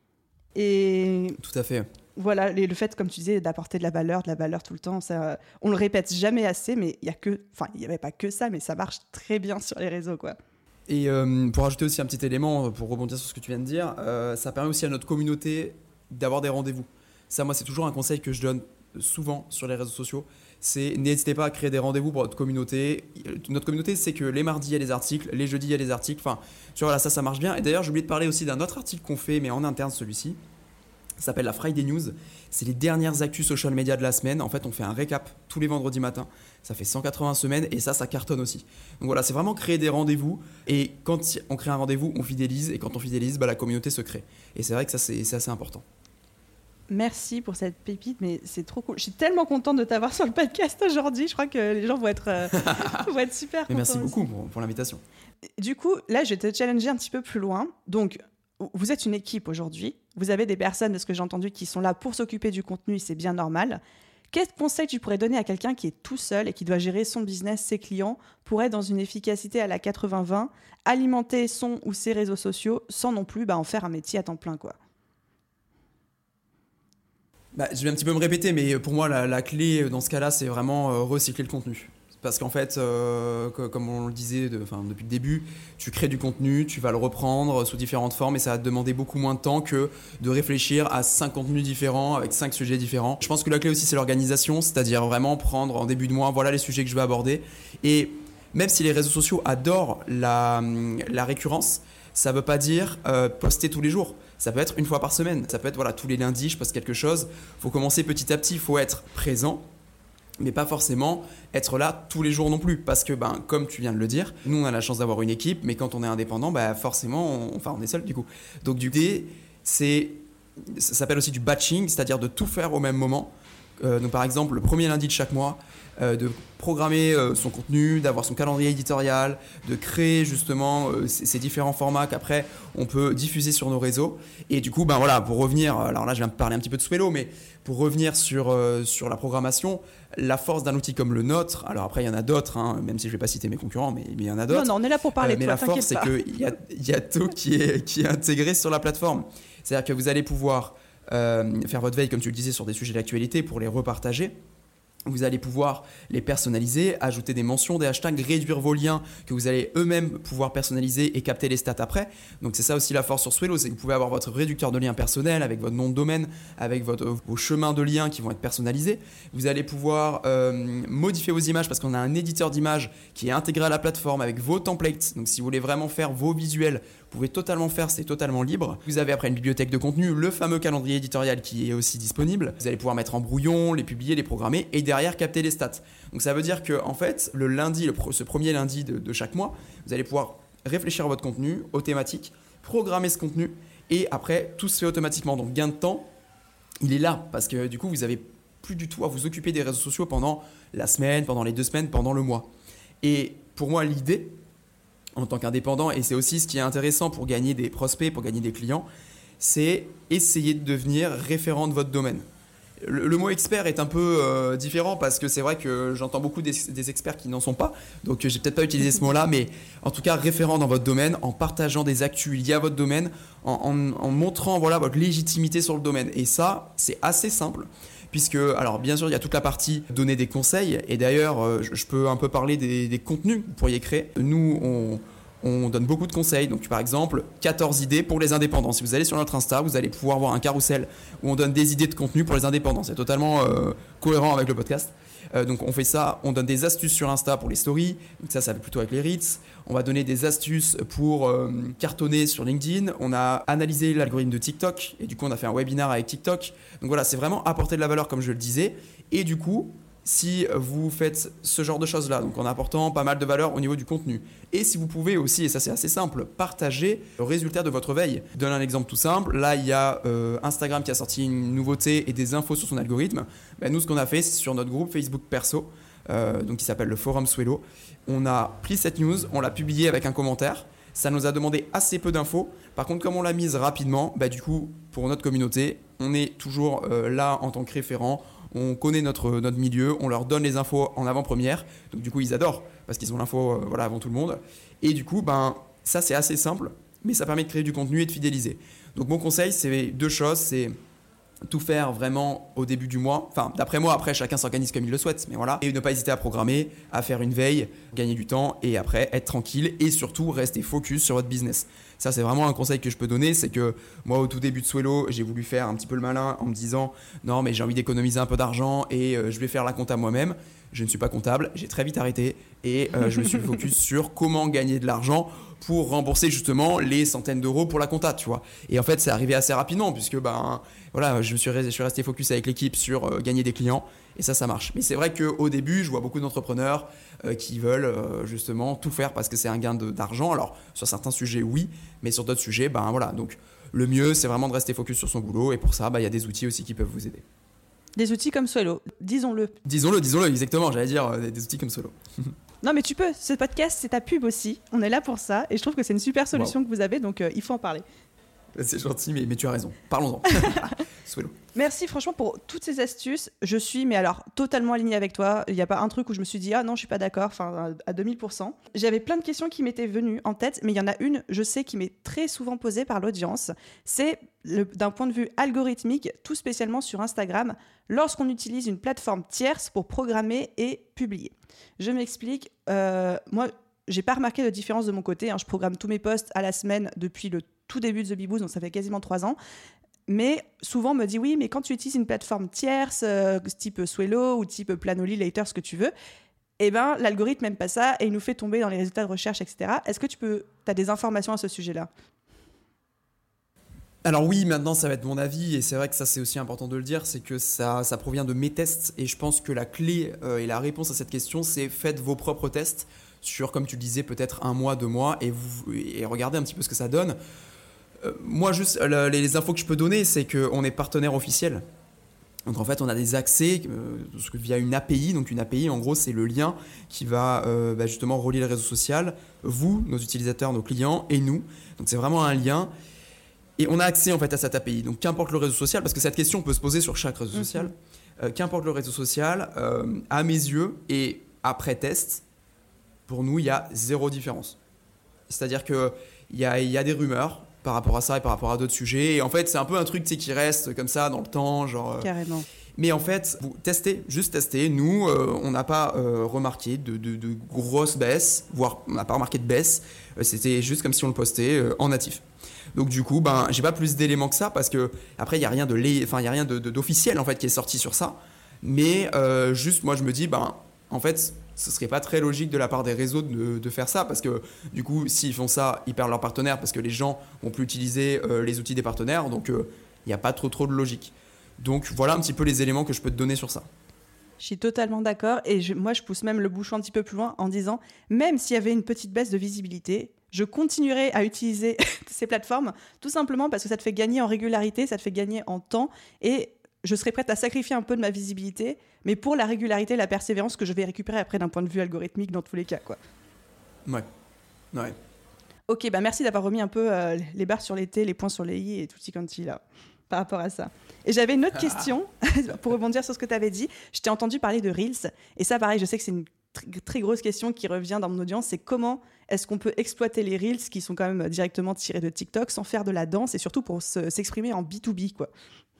[SPEAKER 1] Et
[SPEAKER 2] tout à fait.
[SPEAKER 1] Voilà, le fait, comme tu disais, d'apporter de la valeur tout le temps, ça, on le répète jamais assez, mais il n'y avait pas que ça, mais ça marche très bien sur les réseaux, quoi.
[SPEAKER 2] Et pour ajouter aussi un petit élément, pour rebondir sur ce que tu viens de dire, ça permet aussi à notre communauté d'avoir des rendez-vous. Ça, moi, c'est toujours un conseil que je donne souvent sur les réseaux sociaux. C'est n'hésitez pas à créer des rendez-vous pour votre communauté. Notre communauté, c'est que les mardis, il y a des articles, les jeudis, il y a des articles. Enfin, tu vois, voilà, ça marche bien. Et d'ailleurs, j'ai oublié de parler aussi d'un autre article qu'on fait, mais en interne, celui-ci. Ça s'appelle la Friday News. C'est les dernières actus social media de la semaine. En fait, on fait un récap tous les vendredis matins. Ça fait 180 semaines et ça cartonne aussi. Donc voilà, c'est vraiment créer des rendez-vous. Et quand on crée un rendez-vous, on fidélise. Et quand on fidélise, la communauté se crée. Et c'est vrai que ça, c'est assez important.
[SPEAKER 1] Merci pour cette pépite, mais c'est trop cool. Je suis tellement contente de t'avoir sur le podcast aujourd'hui. Je crois que les gens vont être super contents.
[SPEAKER 2] Merci beaucoup pour l'invitation.
[SPEAKER 1] Du coup, là, je vais te challenger un petit peu plus loin. Donc, vous êtes une équipe aujourd'hui. Vous avez des personnes, de ce que j'ai entendu, qui sont là pour s'occuper du contenu et c'est bien normal. Quel conseil tu pourrais donner à quelqu'un qui est tout seul et qui doit gérer son business, ses clients, pour être dans une efficacité à la 80-20, alimenter son ou ses réseaux sociaux sans non plus en faire un métier à temps plein, quoi?
[SPEAKER 2] Je vais un petit peu me répéter, mais pour moi, la clé dans ce cas-là, c'est vraiment recycler le contenu. Parce qu'en fait, comme on le disait depuis le début, tu crées du contenu, tu vas le reprendre sous différentes formes et ça va te demander beaucoup moins de temps que de réfléchir à 5 contenus différents avec 5 sujets différents. Je pense que la clé aussi, c'est l'organisation, c'est-à-dire vraiment prendre en début de mois, voilà les sujets que je vais aborder. Et même si les réseaux sociaux adorent la récurrence, ça ne veut pas dire poster tous les jours. Ça peut être une fois par semaine, ça peut être tous les lundis, je poste quelque chose. Il faut commencer petit à petit, il faut être présent, mais pas forcément être là tous les jours non plus. Parce que, comme tu viens de le dire, nous on a la chance d'avoir une équipe, mais quand on est indépendant, forcément, on est seul du coup. Donc du coup, ça s'appelle aussi du batching, c'est-à-dire de tout faire au même moment. Donc par exemple, le premier lundi de chaque mois, de programmer son contenu, d'avoir son calendrier éditorial, de créer justement ces différents formats qu'après on peut diffuser sur nos réseaux. Et du coup, pour revenir, alors là je viens de parler un petit peu de Swello, mais pour revenir sur la programmation, la force d'un outil comme le nôtre, alors après il y en a d'autres, même si je ne vais pas citer mes concurrents, mais il y en a d'autres.
[SPEAKER 1] Non, on est là pour parler de
[SPEAKER 2] mais
[SPEAKER 1] toi,
[SPEAKER 2] la force, c'est qu'il y a tout qui est intégré sur la plateforme. C'est-à-dire que vous allez pouvoir faire votre veille, comme tu le disais, sur des sujets d'actualité pour les repartager. Vous allez pouvoir les personnaliser, ajouter des mentions, des hashtags, réduire vos liens que vous allez eux-mêmes pouvoir personnaliser et capter les stats après. Donc c'est ça aussi la force sur Swello, c'est que vous pouvez avoir votre réducteur de liens personnel avec votre nom de domaine, avec vos chemins de liens qui vont être personnalisés. Vous allez pouvoir modifier vos images parce qu'on a un éditeur d'images qui est intégré à la plateforme avec vos templates. Donc si vous voulez vraiment faire vos visuels, vous pouvez totalement faire, c'est totalement libre. Vous avez après une bibliothèque de contenu, le fameux calendrier éditorial qui est aussi disponible. Vous allez pouvoir mettre en brouillon, les publier, les programmer et derrière capter les stats. Donc ça veut dire que en fait, le lundi, ce premier lundi de chaque mois, vous allez pouvoir réfléchir à votre contenu, aux thématiques, programmer ce contenu et après tout se fait automatiquement. Donc gain de temps, il est là parce que du coup vous avez plus du tout à vous occuper des réseaux sociaux pendant la semaine, pendant les 2 semaines, pendant le mois. Et pour moi l'idée en tant qu'indépendant, et c'est aussi ce qui est intéressant pour gagner des prospects, pour gagner des clients, c'est essayer de devenir référent de votre domaine. Le mot expert est un peu différent parce que c'est vrai que j'entends beaucoup des experts qui n'en sont pas, donc j'ai peut-être pas utilisé ce mot-là, mais en tout cas référent dans votre domaine, en partageant des actus liées à votre domaine, en montrant votre légitimité sur le domaine. Et ça, c'est assez simple. Puisque, alors bien sûr, il y a toute la partie donner des conseils. Et d'ailleurs, je peux un peu parler des contenus que vous pourriez créer. Nous, on donne beaucoup de conseils. Donc, par exemple, 14 idées pour les indépendants. Si vous allez sur notre Insta, vous allez pouvoir voir un carrousel où on donne des idées de contenu pour les indépendants. C'est totalement cohérent avec le podcast. Donc on fait ça, on donne des astuces sur Insta pour les stories, donc ça va plutôt avec les Reels. On va donner des astuces pour cartonner sur LinkedIn. On a analysé l'algorithme de TikTok et du coup on a fait un webinaire avec TikTok. Donc voilà, c'est vraiment apporter de la valeur comme je le disais. Et du coup, si vous faites ce genre de choses-là, donc en apportant pas mal de valeur au niveau du contenu, et si vous pouvez aussi, et ça c'est assez simple, partager le résultat de votre veille. Je donne un exemple tout simple. Là, il y a Instagram qui a sorti une nouveauté et des infos sur son algorithme. Ben, nous, ce qu'on a fait, c'est sur notre groupe Facebook perso, donc qui s'appelle le Forum Swello. On a pris cette news, on l'a publiée avec un commentaire. Ça nous a demandé assez peu d'infos. Par contre, comme on l'a mise rapidement, bah, du coup, pour notre communauté, on est toujours là en tant que référent. On connaît notre milieu, on leur donne les infos en avant-première. Donc du coup, ils adorent parce qu'ils ont l'info avant tout le monde. Et du coup, ça, c'est assez simple, mais ça permet de créer du contenu et de fidéliser. Donc mon conseil, c'est 2 choses. C'est tout faire vraiment au début du mois. Enfin, d'après moi, après, chacun s'organise comme il le souhaite. Mais voilà. Et ne pas hésiter à programmer, à faire une veille, gagner du temps et après, être tranquille et surtout, rester focus sur votre business. Ça, c'est vraiment un conseil que je peux donner. C'est que moi, au tout début de Swello, j'ai voulu faire un petit peu le malin en me disant non, mais j'ai envie d'économiser un peu d'argent et je vais faire la compta moi-même. Je ne suis pas comptable. J'ai très vite arrêté et je me suis focus sur comment gagner de l'argent pour rembourser justement les centaines d'euros pour la compta, tu vois. Et en fait, c'est arrivé assez rapidement puisque voilà, je suis resté focus avec l'équipe sur gagner des clients et ça marche. Mais c'est vrai qu'au début, je vois beaucoup d'entrepreneurs qui veulent justement tout faire parce que c'est un gain d'argent. Alors, sur certains sujets, oui, mais sur d'autres sujets, voilà. Donc, le mieux, c'est vraiment de rester focus sur son boulot et pour ça, il y a des outils aussi qui peuvent vous aider.
[SPEAKER 1] Des outils comme Swello, disons-le.
[SPEAKER 2] Disons-le, exactement, j'allais dire des outils comme Swello.
[SPEAKER 1] Non mais tu peux, ce podcast c'est ta pub aussi, on est là pour ça et je trouve que c'est une super solution que vous avez donc il faut en parler.
[SPEAKER 2] C'est gentil mais tu as raison, parlons-en. Swello.
[SPEAKER 1] Merci franchement pour toutes ces astuces, je suis mais alors totalement alignée avec toi, il n'y a pas un truc où je me suis dit ah non je suis pas d'accord, enfin à 2000%. J'avais plein de questions qui m'étaient venues en tête mais il y en a une je sais qui m'est très souvent posée par l'audience, c'est d'un point de vue algorithmique, tout spécialement sur Instagram, lorsqu'on utilise une plateforme tierce pour programmer et publier. Je m'explique, moi j'ai pas remarqué de différence de mon côté, je programme tous mes posts à la semaine depuis le tout début de The Bee Boost, donc ça fait quasiment 3 ans. Mais souvent on me dit oui, mais quand tu utilises une plateforme tierce, type Swello ou type Planoly, Later, ce que tu veux, l'algorithme n'aime pas ça et il nous fait tomber dans les résultats de recherche, etc. Est-ce que tu as des informations à ce sujet-là ?
[SPEAKER 2] Alors oui, maintenant ça va être mon avis et c'est vrai que ça c'est aussi important de le dire, c'est que ça provient de mes tests et je pense que la clé et la réponse à cette question c'est faites vos propres tests sur, comme tu le disais, peut-être 1 mois, 2 mois et regardez un petit peu ce que ça donne. Moi juste les infos que je peux donner c'est qu'on est partenaire officiel. Donc en fait on a des accès via une API, donc une API en gros c'est le lien qui va justement relier le réseau social, vous, nos utilisateurs, nos clients et nous. Donc c'est vraiment un lien. Et on a accès en fait à cette API. Donc qu'importe le réseau social, parce que cette question peut se poser sur chaque réseau social, qu'importe le réseau social, à mes yeux et après test, pour nous il y a 0 différence. C'est-à-dire qu'il y a des rumeurs par rapport à ça et par rapport à d'autres sujets. Et en fait c'est un peu un truc qui reste comme ça dans le temps. Genre,
[SPEAKER 1] carrément.
[SPEAKER 2] Mais en fait, vous testez, juste testez. Nous, on n'a pas remarqué de grosses baisses, voire on n'a pas remarqué de baisse. C'était juste comme si on le postait en natif. Donc du coup, j'ai pas plus d'éléments que ça parce que après il y a rien d'officiel en fait qui est sorti sur ça. Mais juste moi je me dis en fait ce serait pas très logique de la part des réseaux de faire ça parce que du coup s'ils font ça ils perdent leurs partenaires parce que les gens vont plus utiliser les outils des partenaires donc il n'y a pas trop de logique. Donc voilà un petit peu les éléments que je peux te donner sur ça.
[SPEAKER 1] Je suis totalement d'accord et moi je pousse même le bouchon un petit peu plus loin en disant même s'il y avait une petite baisse de visibilité, je continuerai à utiliser ces plateformes tout simplement parce que ça te fait gagner en régularité, ça te fait gagner en temps et je serais prête à sacrifier un peu de ma visibilité, mais pour la régularité, la persévérance que je vais récupérer après d'un point de vue algorithmique dans tous les cas, quoi.
[SPEAKER 2] Ouais.
[SPEAKER 1] Ok, merci d'avoir remis un peu les barres sur les T, les points sur les I et tout petit quanti là, par rapport à ça. Et j'avais une autre question pour rebondir sur ce que tu avais dit. Je t'ai entendu parler de Reels et ça, pareil, je sais que c'est une très grosse question qui revient dans mon audience, c'est comment est-ce qu'on peut exploiter les Reels qui sont quand même directement tirés de TikTok sans faire de la danse et surtout pour s'exprimer en B2B, quoi.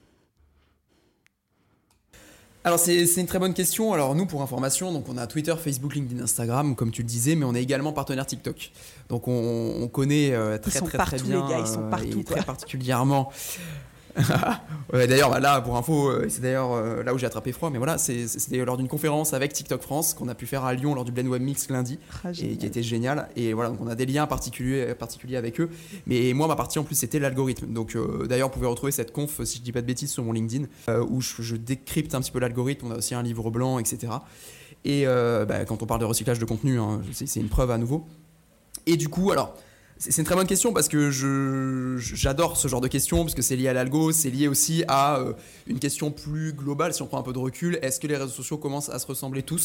[SPEAKER 2] Alors c'est une très bonne question. Alors nous pour information, donc on a Twitter, Facebook, LinkedIn, Instagram comme tu le disais, mais on est également partenaire TikTok. Donc on connaît très bien
[SPEAKER 1] les gars, ils sont partout,
[SPEAKER 2] et très particulièrement. Ouais, d'ailleurs, bah, là, pour info, c'est d'ailleurs là où j'ai attrapé froid, mais voilà, c'était lors d'une conférence avec TikTok France qu'on a pu faire à Lyon lors du Blend Web Mix lundi, et qui était génial. Et voilà, donc on a des liens particuliers avec eux. Mais moi, ma partie en plus, c'était l'algorithme. Donc d'ailleurs, vous pouvez retrouver cette conf, si je dis pas de bêtises, sur mon LinkedIn, où je décrypte un petit peu l'algorithme. On a aussi un livre blanc, etc. Et quand on parle de recyclage de contenu, hein, c'est une preuve à nouveau. Et du coup, alors. C'est une très bonne question parce que j'adore ce genre de questions parce que c'est lié à l'algo, c'est lié aussi à une question plus globale si on prend un peu de recul. Est-ce que les réseaux sociaux commencent à se ressembler tous ?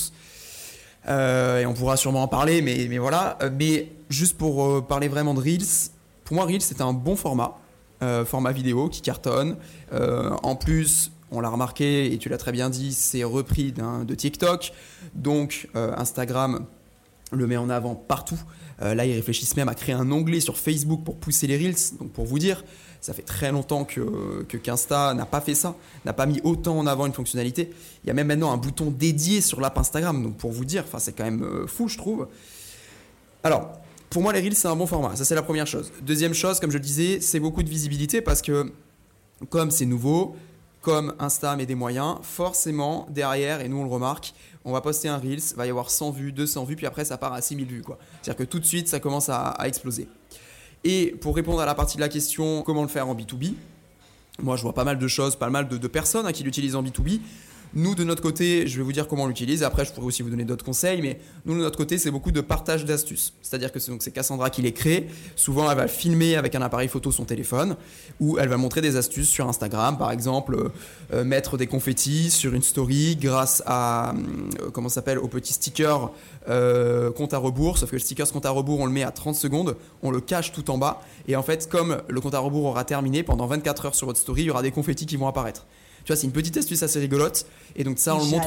[SPEAKER 2] Et on pourra sûrement en parler, mais voilà. Mais juste pour parler vraiment de Reels, pour moi Reels c'est un bon format vidéo qui cartonne. En plus, on l'a remarqué et tu l'as très bien dit, c'est repris de TikTok. Donc Instagram le met en avant partout. Là, ils réfléchissent même à créer un onglet sur Facebook pour pousser les Reels. Donc pour vous dire, ça fait très longtemps qu'Insta n'a pas fait ça, n'a pas mis autant en avant une fonctionnalité. Il y a même maintenant un bouton dédié sur l'app Instagram. Donc pour vous dire, c'est quand même fou, je trouve. Alors, pour moi, les Reels, c'est un bon format. Ça, c'est la première chose. Deuxième chose, comme je le disais, c'est beaucoup de visibilité parce que comme c'est nouveau, comme Insta met des moyens, forcément, derrière, et nous on le remarque, on va poster un Reels, il va y avoir 100 vues, 200 vues, puis après ça part à 6000 vues, quoi. C'est-à-dire que tout de suite, ça commence à exploser. Et pour répondre à la partie de la question, comment le faire en B2B, moi je vois pas mal de choses, pas mal de personnes qui l'utilisent en B2B. Nous, de notre côté, je vais vous dire comment on l'utilise. Après, je pourrais aussi vous donner d'autres conseils. Mais nous, de notre côté, c'est beaucoup de partage d'astuces. C'est-à-dire que c'est Cassandra qui les crée. Souvent, elle va filmer avec un appareil photo son téléphone ou elle va montrer des astuces sur Instagram. Par exemple, mettre des confettis sur une story grâce à, au petit sticker compte à rebours. Sauf que le sticker compte à rebours, on le met à 30 secondes. On le cache tout en bas. Et en fait, comme le compte à rebours aura terminé, pendant 24 heures sur votre story, il y aura des confettis qui vont apparaître. Tu vois, c'est une petite astuce assez rigolote. Et donc ça, on le montre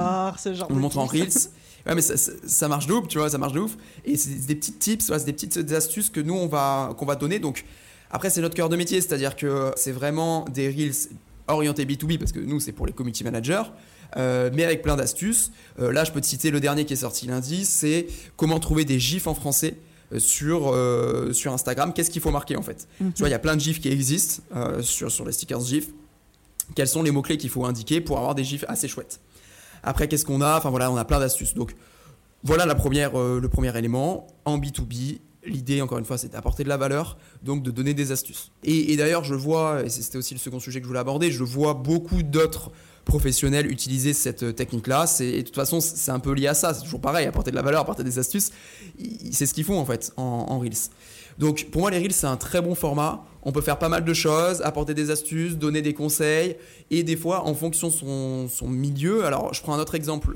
[SPEAKER 2] en Reels. Ouais, mais ça marche de ouf, tu vois, ça marche de ouf. Et c'est des petits tips, c'est des petites astuces que nous, qu'on va donner. Donc après, c'est notre cœur de métier, c'est-à-dire que c'est vraiment des Reels orientés B2B, parce que nous, c'est pour les community managers, mais avec plein d'astuces. Là, je peux te citer le dernier qui est sorti lundi, c'est comment trouver des gifs en français sur Instagram. Qu'est-ce qu'il faut marquer, en fait. Tu vois, il y a plein de gifs qui existent sur les stickers gifs. Quels sont les mots-clés qu'il faut indiquer pour avoir des gifs assez chouettes. Après, qu'est-ce qu'on a ? Enfin voilà, on a plein d'astuces. Donc voilà le premier élément. En B2B, l'idée, encore une fois, c'est d'apporter de la valeur, donc de donner des astuces. Et d'ailleurs, je vois, et c'était aussi le second sujet que je voulais aborder, je vois beaucoup d'autres professionnels utiliser cette technique-là. Et de toute façon, c'est un peu lié à ça. C'est toujours pareil, apporter de la valeur, apporter des astuces. C'est ce qu'ils font en fait en Reels. Donc pour moi, les Reels, c'est un très bon format. On peut faire pas mal de choses, apporter des astuces, donner des conseils. Et des fois, en fonction de son milieu. Alors, je prends un autre exemple,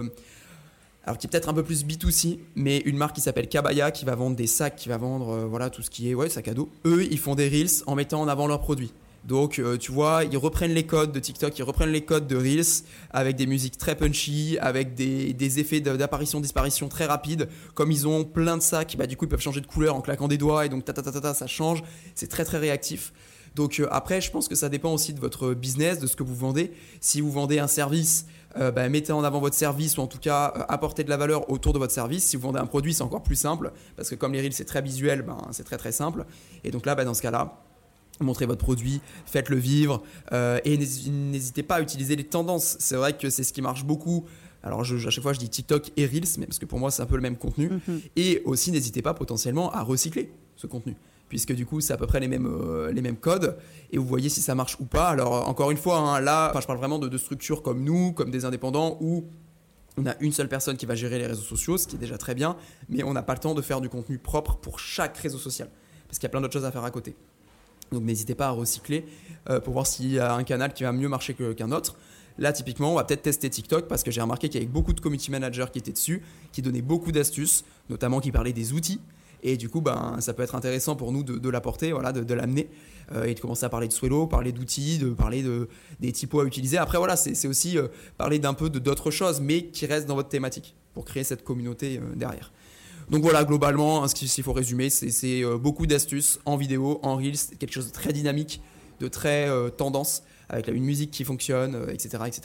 [SPEAKER 2] alors qui est peut-être un peu plus B2C, mais une marque qui s'appelle Kabaya, qui va vendre des sacs, qui va vendre tout ce qui est sac à dos. Eux, ils font des Reels en mettant en avant leurs produits. Donc, tu vois, ils reprennent les codes de TikTok, ils reprennent les codes de Reels avec des musiques très punchy, avec des effets d'apparition-disparition très rapides. Comme ils ont plein de sacs, du coup, ils peuvent changer de couleur en claquant des doigts et donc ça change. C'est très, très réactif. Donc, après, je pense que ça dépend aussi de votre business, de ce que vous vendez. Si vous vendez un service, mettez en avant votre service ou en tout cas apportez de la valeur autour de votre service. Si vous vendez un produit, c'est encore plus simple parce que comme les Reels, c'est très visuel, c'est très, très simple. Et donc là, dans ce cas-là, montrez votre produit, faites-le vivre et n'hésitez pas à utiliser les tendances. C'est vrai que c'est ce qui marche beaucoup. Alors à chaque fois je dis TikTok et Reels, mais parce que pour moi c'est un peu le même contenu. Et aussi n'hésitez pas potentiellement à recycler ce contenu, puisque du coup c'est à peu près les mêmes codes et vous voyez si ça marche ou pas. Alors encore une fois, là je parle vraiment de structures comme nous, comme des indépendants où on a une seule personne qui va gérer les réseaux sociaux, ce qui est déjà très bien, mais on n'a pas le temps de faire du contenu propre pour chaque réseau social, parce qu'il y a plein d'autres choses à faire à côté. Donc n'hésitez pas à recycler pour voir s'il y a un canal qui va mieux marcher qu'un autre. Là, typiquement, on va peut-être tester TikTok parce que j'ai remarqué qu'il y avait beaucoup de community managers qui étaient dessus, qui donnaient beaucoup d'astuces, notamment qui parlaient des outils. Et du coup, ça peut être intéressant pour nous de l'apporter, de l'amener et de commencer à parler de Swello, parler d'outils, de parler des typos à utiliser. Après, c'est aussi parler d'un peu d'autres choses, mais qui restent dans votre thématique pour créer cette communauté derrière. Donc voilà, globalement, s'il faut résumer, c'est beaucoup d'astuces en vidéo, en Reels, quelque chose de très dynamique, de très tendance, avec une musique qui fonctionne, etc., etc.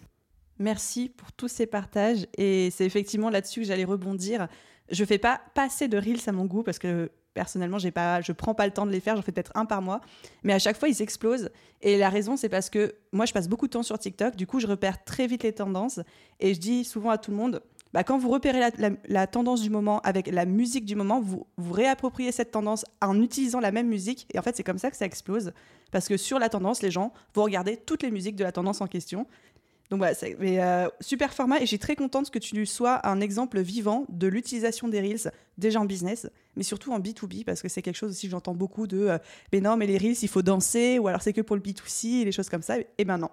[SPEAKER 1] Merci pour tous ces partages et c'est effectivement là-dessus que j'allais rebondir. Je fais pas assez de Reels à mon goût parce que personnellement, je prends pas le temps de les faire, j'en fais peut-être un par mois, mais à chaque fois ils explosent. Et la raison, c'est parce que moi je passe beaucoup de temps sur TikTok, du coup je repère très vite les tendances et je dis souvent à tout le monde, quand vous repérez la tendance du moment avec la musique du moment, vous réappropriez cette tendance en utilisant la même musique, et en fait c'est comme ça que ça explose, parce que sur la tendance, les gens vont regarder toutes les musiques de la tendance en question. Donc voilà, super format, et je suis très contente que tu sois un exemple vivant de l'utilisation des Reels, déjà en business, mais surtout en B2B, parce que c'est quelque chose aussi que j'entends beaucoup de mais non, mais les Reels, il faut danser, ou alors c'est que pour le B2C, et les choses comme ça. Et ben non.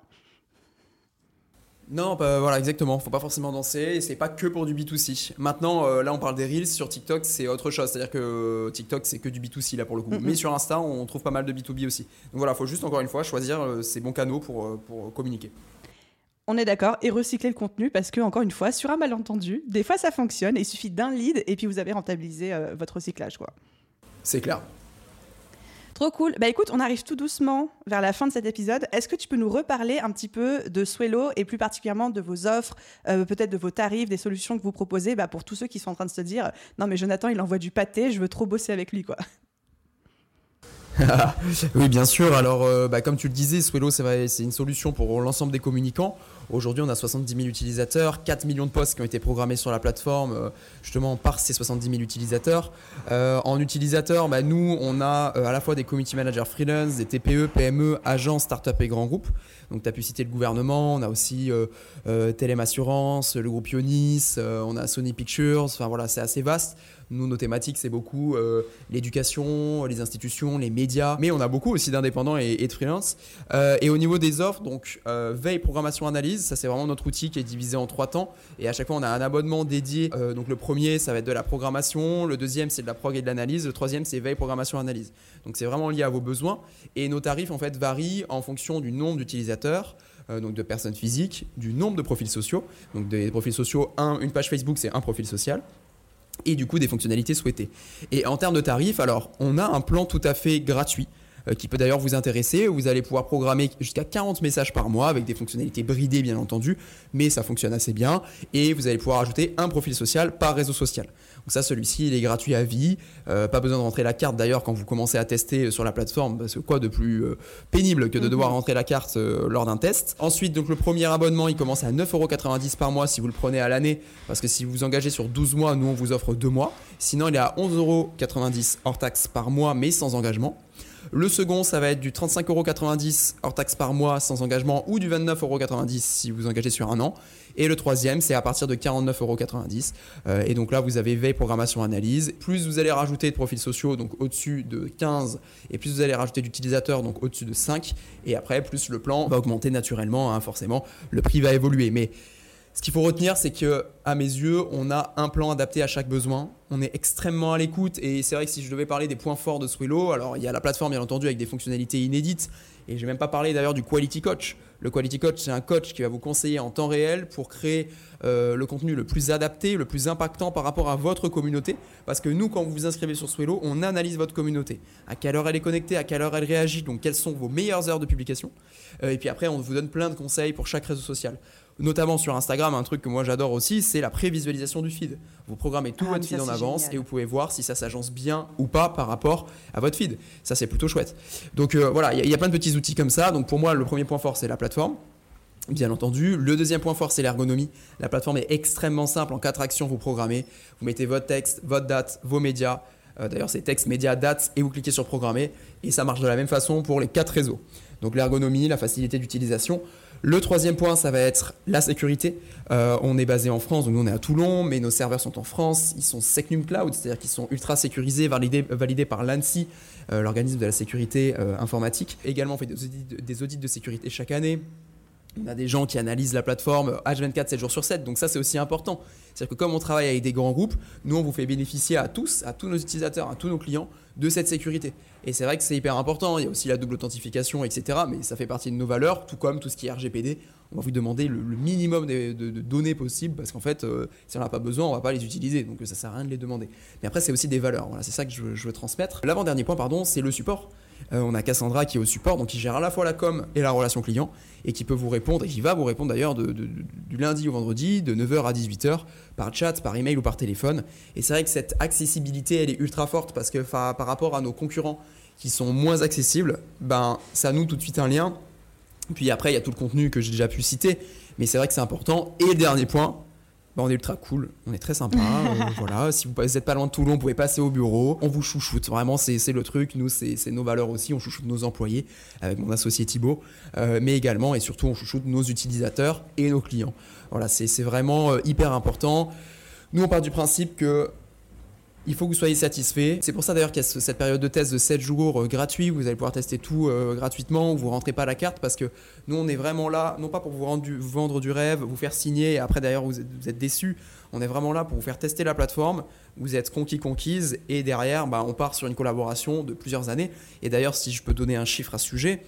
[SPEAKER 2] Non, voilà, exactement. Faut pas forcément danser et c'est pas que pour du B2C. Maintenant, là, on parle des Reels. Sur TikTok, c'est autre chose. C'est-à-dire que TikTok, c'est que du B2C là pour le coup. Mais sur Insta, on trouve pas mal de B2B aussi. Donc voilà, faut juste encore une fois choisir ces bons canaux pour communiquer.
[SPEAKER 1] On est d'accord, et recycler le contenu parce que, encore une fois, sur un malentendu, des fois ça fonctionne, et il suffit d'un lead et puis vous avez rentabilisé votre recyclage, quoi.
[SPEAKER 2] C'est clair.
[SPEAKER 1] Trop cool. Écoute, on arrive tout doucement vers la fin de cet épisode. Est-ce que tu peux nous reparler un petit peu de Swello et plus particulièrement de vos offres, peut-être de vos tarifs, des solutions que vous proposez pour tous ceux qui sont en train de se dire « Non mais Jonathan, il envoie du pâté, je veux trop bosser avec lui, quoi ».
[SPEAKER 2] Oui, bien sûr. Alors, comme tu le disais, Swello, c'est une solution pour l'ensemble des communicants. Aujourd'hui, on a 70 000 utilisateurs, 4 millions de posts qui ont été programmés sur la plateforme, justement par ces 70 000 utilisateurs. En utilisateurs, nous, on a à la fois des community managers freelance, des TPE, PME, agences, startups et grands groupes. Donc, tu as pu citer le gouvernement, on a aussi Telem Assurance, le groupe Ionis, on a Sony Pictures. Enfin, voilà, c'est assez vaste. Nous, nos thématiques, c'est beaucoup l'éducation, les institutions, les médias, mais on a beaucoup aussi d'indépendants et de freelance. Et au niveau des offres, donc veille, programmation, analyse, ça c'est vraiment notre outil qui est divisé en 3 temps. Et à chaque fois, on a un abonnement dédié. Donc le premier, ça va être de la programmation. Le deuxième, c'est de la prog et de l'analyse. Le troisième, c'est veille, programmation, analyse. Donc c'est vraiment lié à vos besoins. Et nos tarifs, en fait, varient en fonction du nombre d'utilisateurs. Donc de personnes physiques, du nombre de profils sociaux. Donc des profils sociaux, une page Facebook, c'est un profil social. Et du coup des fonctionnalités souhaitées. Et en termes de tarifs, alors on a un plan tout à fait gratuit qui peut d'ailleurs vous intéresser. Vous allez pouvoir programmer jusqu'à 40 messages par mois avec des fonctionnalités bridées bien entendu, mais ça fonctionne assez bien. Et vous allez pouvoir ajouter un profil social par réseau social. Donc ça, celui-ci, il est gratuit à vie. Pas besoin de rentrer la carte d'ailleurs quand vous commencez à tester sur la plateforme, parce que quoi de plus pénible que de devoir rentrer la carte lors d'un test. Ensuite, donc le premier abonnement, il commence à 9,90€ par mois si vous le prenez à l'année, parce que si vous vous engagez sur 12 mois, nous on vous offre 2 mois. Sinon, il est à 11,90€ hors taxe par mois, mais sans engagement. Le second, ça va être du 35,90€ hors taxe par mois sans engagement ou du 29,90€ si vous engagez sur un an. Et le troisième, c'est à partir de 49,90€. Et donc là, vous avez veille, programmation, analyse. Plus vous allez rajouter de profils sociaux, donc au-dessus de 15, et plus vous allez rajouter d'utilisateurs, donc au-dessus de 5. Et après, plus le plan va augmenter naturellement, forcément, le prix va évoluer. Mais ce qu'il faut retenir, c'est qu'à mes yeux, on a un plan adapté à chaque besoin. On est extrêmement à l'écoute et c'est vrai que si je devais parler des points forts de Swello, alors il y a la plateforme bien entendu avec des fonctionnalités inédites et je n'ai même pas parlé d'ailleurs du Quality Coach. Le Quality Coach, c'est un coach qui va vous conseiller en temps réel pour créer le contenu le plus adapté, le plus impactant par rapport à votre communauté. Parce que nous, quand vous vous inscrivez sur Swello, on analyse votre communauté. À quelle heure elle est connectée, à quelle heure elle réagit, donc quelles sont vos meilleures heures de publication. Et puis après, on vous donne plein de conseils pour chaque réseau social. Notamment sur Instagram, un truc que moi j'adore aussi, c'est la prévisualisation du feed. Vous programmez tout votre feed en avance et vous pouvez voir si ça s'agence bien ou pas par rapport à votre feed. Ça, c'est plutôt chouette. Donc voilà, il y a plein de petits outils comme ça. Donc pour moi, le premier point fort, c'est la plateforme. Bien entendu. Le deuxième point fort, c'est l'ergonomie. La plateforme est extrêmement simple. En 4 actions, vous programmez. Vous mettez votre texte, votre date, vos médias. D'ailleurs, c'est texte, médias, dates et vous cliquez sur programmer. Et ça marche de la même façon pour les 4 réseaux. Donc l'ergonomie, la facilité d'utilisation. Le troisième point, ça va être la sécurité. On est basé en France, donc nous on est à Toulon, mais nos serveurs sont en France. Ils sont Secnum Cloud, c'est-à-dire qu'ils sont ultra sécurisés, validés par l'ANSSI, l'organisme de la sécurité informatique. Également, on fait des audits de sécurité chaque année. On a des gens qui analysent la plateforme H24, 7 jours sur 7, donc ça c'est aussi important. C'est-à-dire que comme on travaille avec des grands groupes, nous on vous fait bénéficier à tous nos utilisateurs, à tous nos clients de cette sécurité. Et c'est vrai que c'est hyper important, il y a aussi la double authentification, etc. Mais ça fait partie de nos valeurs, tout comme tout ce qui est RGPD. On va vous demander le minimum de données possibles parce qu'en fait, si on n'a pas besoin, on ne va pas les utiliser, donc ça ne sert à rien de les demander. Mais après, c'est aussi des valeurs, voilà, c'est ça que je veux transmettre. L'avant-dernier point, c'est le support. On a Cassandra qui est au support, donc qui gère à la fois la com et la relation client, et qui peut vous répondre, et qui va vous répondre d'ailleurs du lundi au vendredi, de 9h à 18h, par chat, par email ou par téléphone. Et c'est vrai que cette accessibilité, elle est ultra forte, parce que par rapport à nos concurrents qui sont moins accessibles, ça noue tout de suite un lien. Puis après, il y a tout le contenu que j'ai déjà pu citer, mais c'est vrai que c'est important. Et le dernier point, on est ultra cool, on est très sympa. Voilà, si vous n'êtes pas loin de Toulon, vous pouvez passer au bureau. On vous chouchoute, vraiment, c'est le truc. Nous, c'est nos valeurs aussi. On chouchoute nos employés avec mon associé Thibaut, mais également et surtout, on chouchoute nos utilisateurs et nos clients. Voilà, c'est vraiment hyper important. Nous, on part du principe que il faut que vous soyez satisfait. C'est pour ça d'ailleurs qu'il y a cette période de test de 7 jours gratuit. Vous allez pouvoir tester tout gratuitement. Vous ne rentrez pas la carte parce que nous, on est vraiment là, non pas pour vous vendre du rêve, vous faire signer et après d'ailleurs vous êtes déçus. On est vraiment là pour vous faire tester la plateforme. Vous êtes conquise et derrière, on part sur une collaboration de plusieurs années. Et d'ailleurs, si je peux donner un chiffre à ce sujet,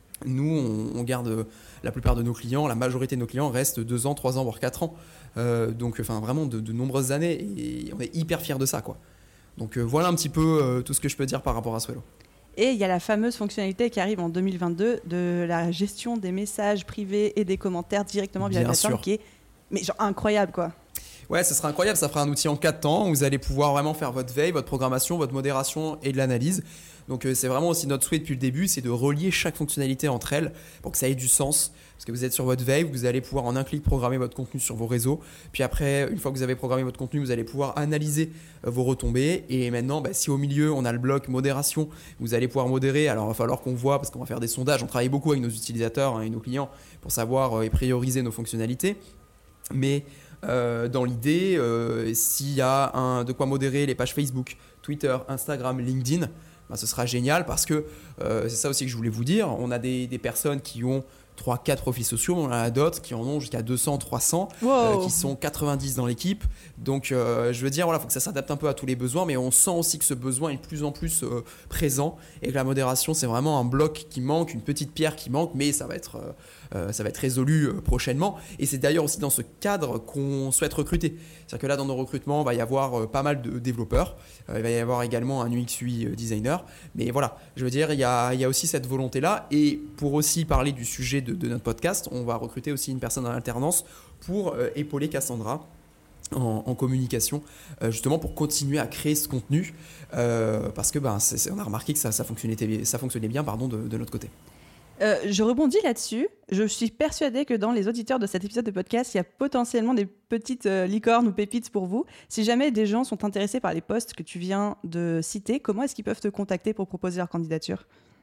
[SPEAKER 2] nous, on garde la plupart de nos clients, la majorité de nos clients restent 2 ans, 3 ans, voire 4 ans. Donc vraiment de nombreuses années et on est hyper fiers de ça, quoi. Donc voilà un petit peu tout ce que je peux dire par rapport à Swello.
[SPEAKER 1] Et il y a la fameuse fonctionnalité qui arrive en 2022 de la gestion des messages privés et des commentaires directement via la plateforme qui est incroyable, quoi. Ouais,
[SPEAKER 2] ce sera incroyable, ça fera un outil en 4 temps. Vous allez pouvoir vraiment faire votre veille, votre programmation, votre modération et de l'analyse. Donc c'est vraiment aussi notre souhait depuis le début, c'est de relier chaque fonctionnalité entre elles pour que ça ait du sens. Parce que vous êtes sur votre veille, vous allez pouvoir en un clic programmer votre contenu sur vos réseaux. Puis après, une fois que vous avez programmé votre contenu, vous allez pouvoir analyser vos retombées. Et maintenant, si au milieu, on a le bloc modération, vous allez pouvoir modérer. Alors il va falloir qu'on voit, parce qu'on va faire des sondages, on travaille beaucoup avec nos utilisateurs et nos clients pour savoir et prioriser nos fonctionnalités. Mais dans l'idée, s'il y a de quoi modérer les pages Facebook, Twitter, Instagram, LinkedIn, ce sera génial parce que c'est ça aussi que je voulais vous dire. On a des personnes qui ont 3-4 profils sociaux, on en a d'autres qui en ont jusqu'à 200, 300, qui sont 90 dans l'équipe. Donc je veux dire, voilà, faut que ça s'adapte un peu à tous les besoins, mais on sent aussi que ce besoin est de plus en plus présent et que la modération, c'est vraiment un bloc qui manque, une petite pierre qui manque, mais ça va être résolu prochainement. Et c'est d'ailleurs aussi dans ce cadre qu'on souhaite recruter. C'est-à-dire que là, dans nos recrutements, il va y avoir pas mal de développeurs, il va y avoir également un UX UI designer. Mais voilà, je veux dire, il y a aussi cette volonté-là. Et pour aussi parler du sujet de notre podcast, on va recruter aussi une personne en alternance pour épauler Cassandra en communication, justement pour continuer à créer ce contenu, parce que on a remarqué que ça fonctionnait bien de notre côté.
[SPEAKER 1] Je rebondis là-dessus. Je suis persuadée que dans les auditeurs de cet épisode de podcast, il y a potentiellement des petites licornes ou pépites pour vous. Si jamais des gens sont intéressés par les postes que tu viens de citer, comment est-ce qu'ils peuvent te contacter pour proposer leur candidature ?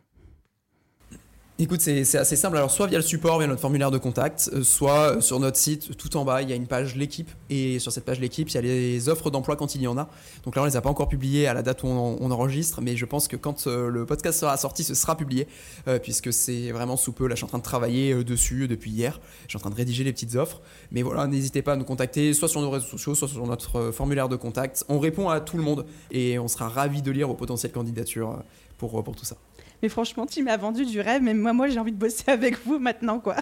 [SPEAKER 2] Écoute, c'est assez simple. Alors, soit via le support, via notre formulaire de contact, soit sur notre site, tout en bas, il y a une page L'équipe. Et sur cette page L'équipe, il y a les offres d'emploi quand il y en a. Donc là, on ne les a pas encore publiées à la date où on enregistre, mais je pense que quand le podcast sera sorti, ce sera publié, puisque c'est vraiment sous peu. Là, je suis en train de travailler dessus depuis hier. Je suis en train de rédiger les petites offres. Mais voilà, n'hésitez pas à nous contacter, soit sur nos réseaux sociaux, soit sur notre formulaire de contact. On répond à tout le monde et on sera ravis de lire vos potentielles candidatures pour tout ça.
[SPEAKER 1] Mais franchement, tu m'as vendu du rêve, mais moi j'ai envie de bosser avec vous maintenant, quoi.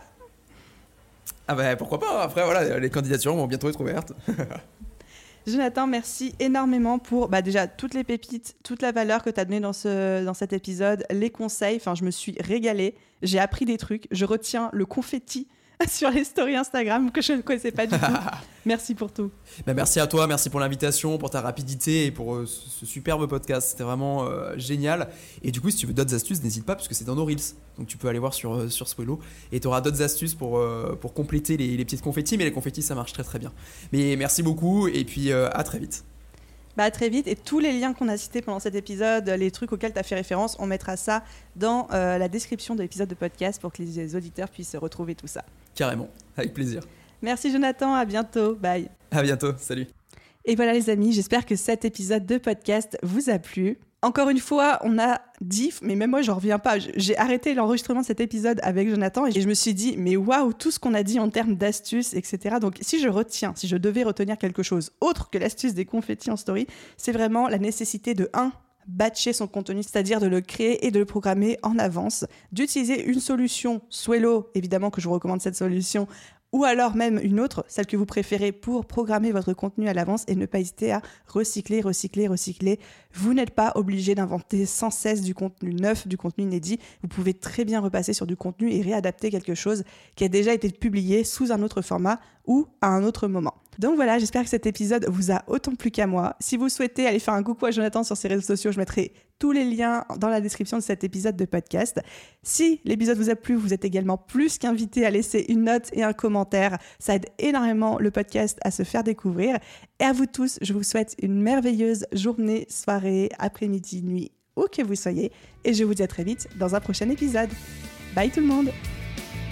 [SPEAKER 2] Ah pourquoi pas. Après, voilà, les candidatures vont bientôt être ouvertes.
[SPEAKER 1] Jonathan, merci énormément pour déjà toutes les pépites, toute la valeur que tu as donnée dans cet épisode, les conseils. Enfin, je me suis régalée, j'ai appris des trucs, je retiens le confetti sur les stories Instagram que je ne connaissais pas du tout. Merci pour tout.
[SPEAKER 2] Merci à toi, merci pour l'invitation, pour ta rapidité et pour ce superbe podcast. C'était vraiment génial. Et du coup, si tu veux d'autres astuces, n'hésite pas parce que c'est dans nos Reels. Donc tu peux aller voir sur Swello et tu auras d'autres astuces pour compléter les petites confettis. Mais les confettis, ça marche très très bien. Mais merci beaucoup et puis à très vite.
[SPEAKER 1] À très vite. Et tous les liens qu'on a cités pendant cet épisode, les trucs auxquels tu as fait référence, on mettra ça dans la description de l'épisode de podcast pour que les auditeurs puissent retrouver tout ça.
[SPEAKER 2] Carrément, avec plaisir.
[SPEAKER 1] Merci Jonathan, à bientôt, bye.
[SPEAKER 2] À bientôt, salut.
[SPEAKER 1] Et voilà les amis, j'espère que cet épisode de podcast vous a plu. Encore une fois, on a dit, mais même moi j'en reviens pas, j'ai arrêté l'enregistrement de cet épisode avec Jonathan et je me suis dit, mais waouh, tout ce qu'on a dit en termes d'astuces, etc. Donc si je devais retenir quelque chose autre que l'astuce des confettis en story, c'est vraiment la nécessité de batcher son contenu, c'est-à-dire de le créer et de le programmer en avance, d'utiliser une solution Swello, évidemment que je vous recommande cette solution, ou alors même une autre, celle que vous préférez pour programmer votre contenu à l'avance et ne pas hésiter à recycler. Vous n'êtes pas obligé d'inventer sans cesse du contenu neuf, du contenu inédit. Vous pouvez très bien repasser sur du contenu et réadapter quelque chose qui a déjà été publié sous un autre format ou à un autre moment. Donc voilà, j'espère que cet épisode vous a autant plu qu'à moi. Si vous souhaitez aller faire un coucou à Jonathan sur ses réseaux sociaux, je mettrai tous les liens dans la description de cet épisode de podcast. Si l'épisode vous a plu, vous êtes également plus qu'invité à laisser une note et un commentaire. Ça aide énormément le podcast à se faire découvrir. Et à vous tous, je vous souhaite une merveilleuse journée, soirée, après-midi, nuit, où que vous soyez. Et je vous dis à très vite dans un prochain épisode. Bye tout le monde!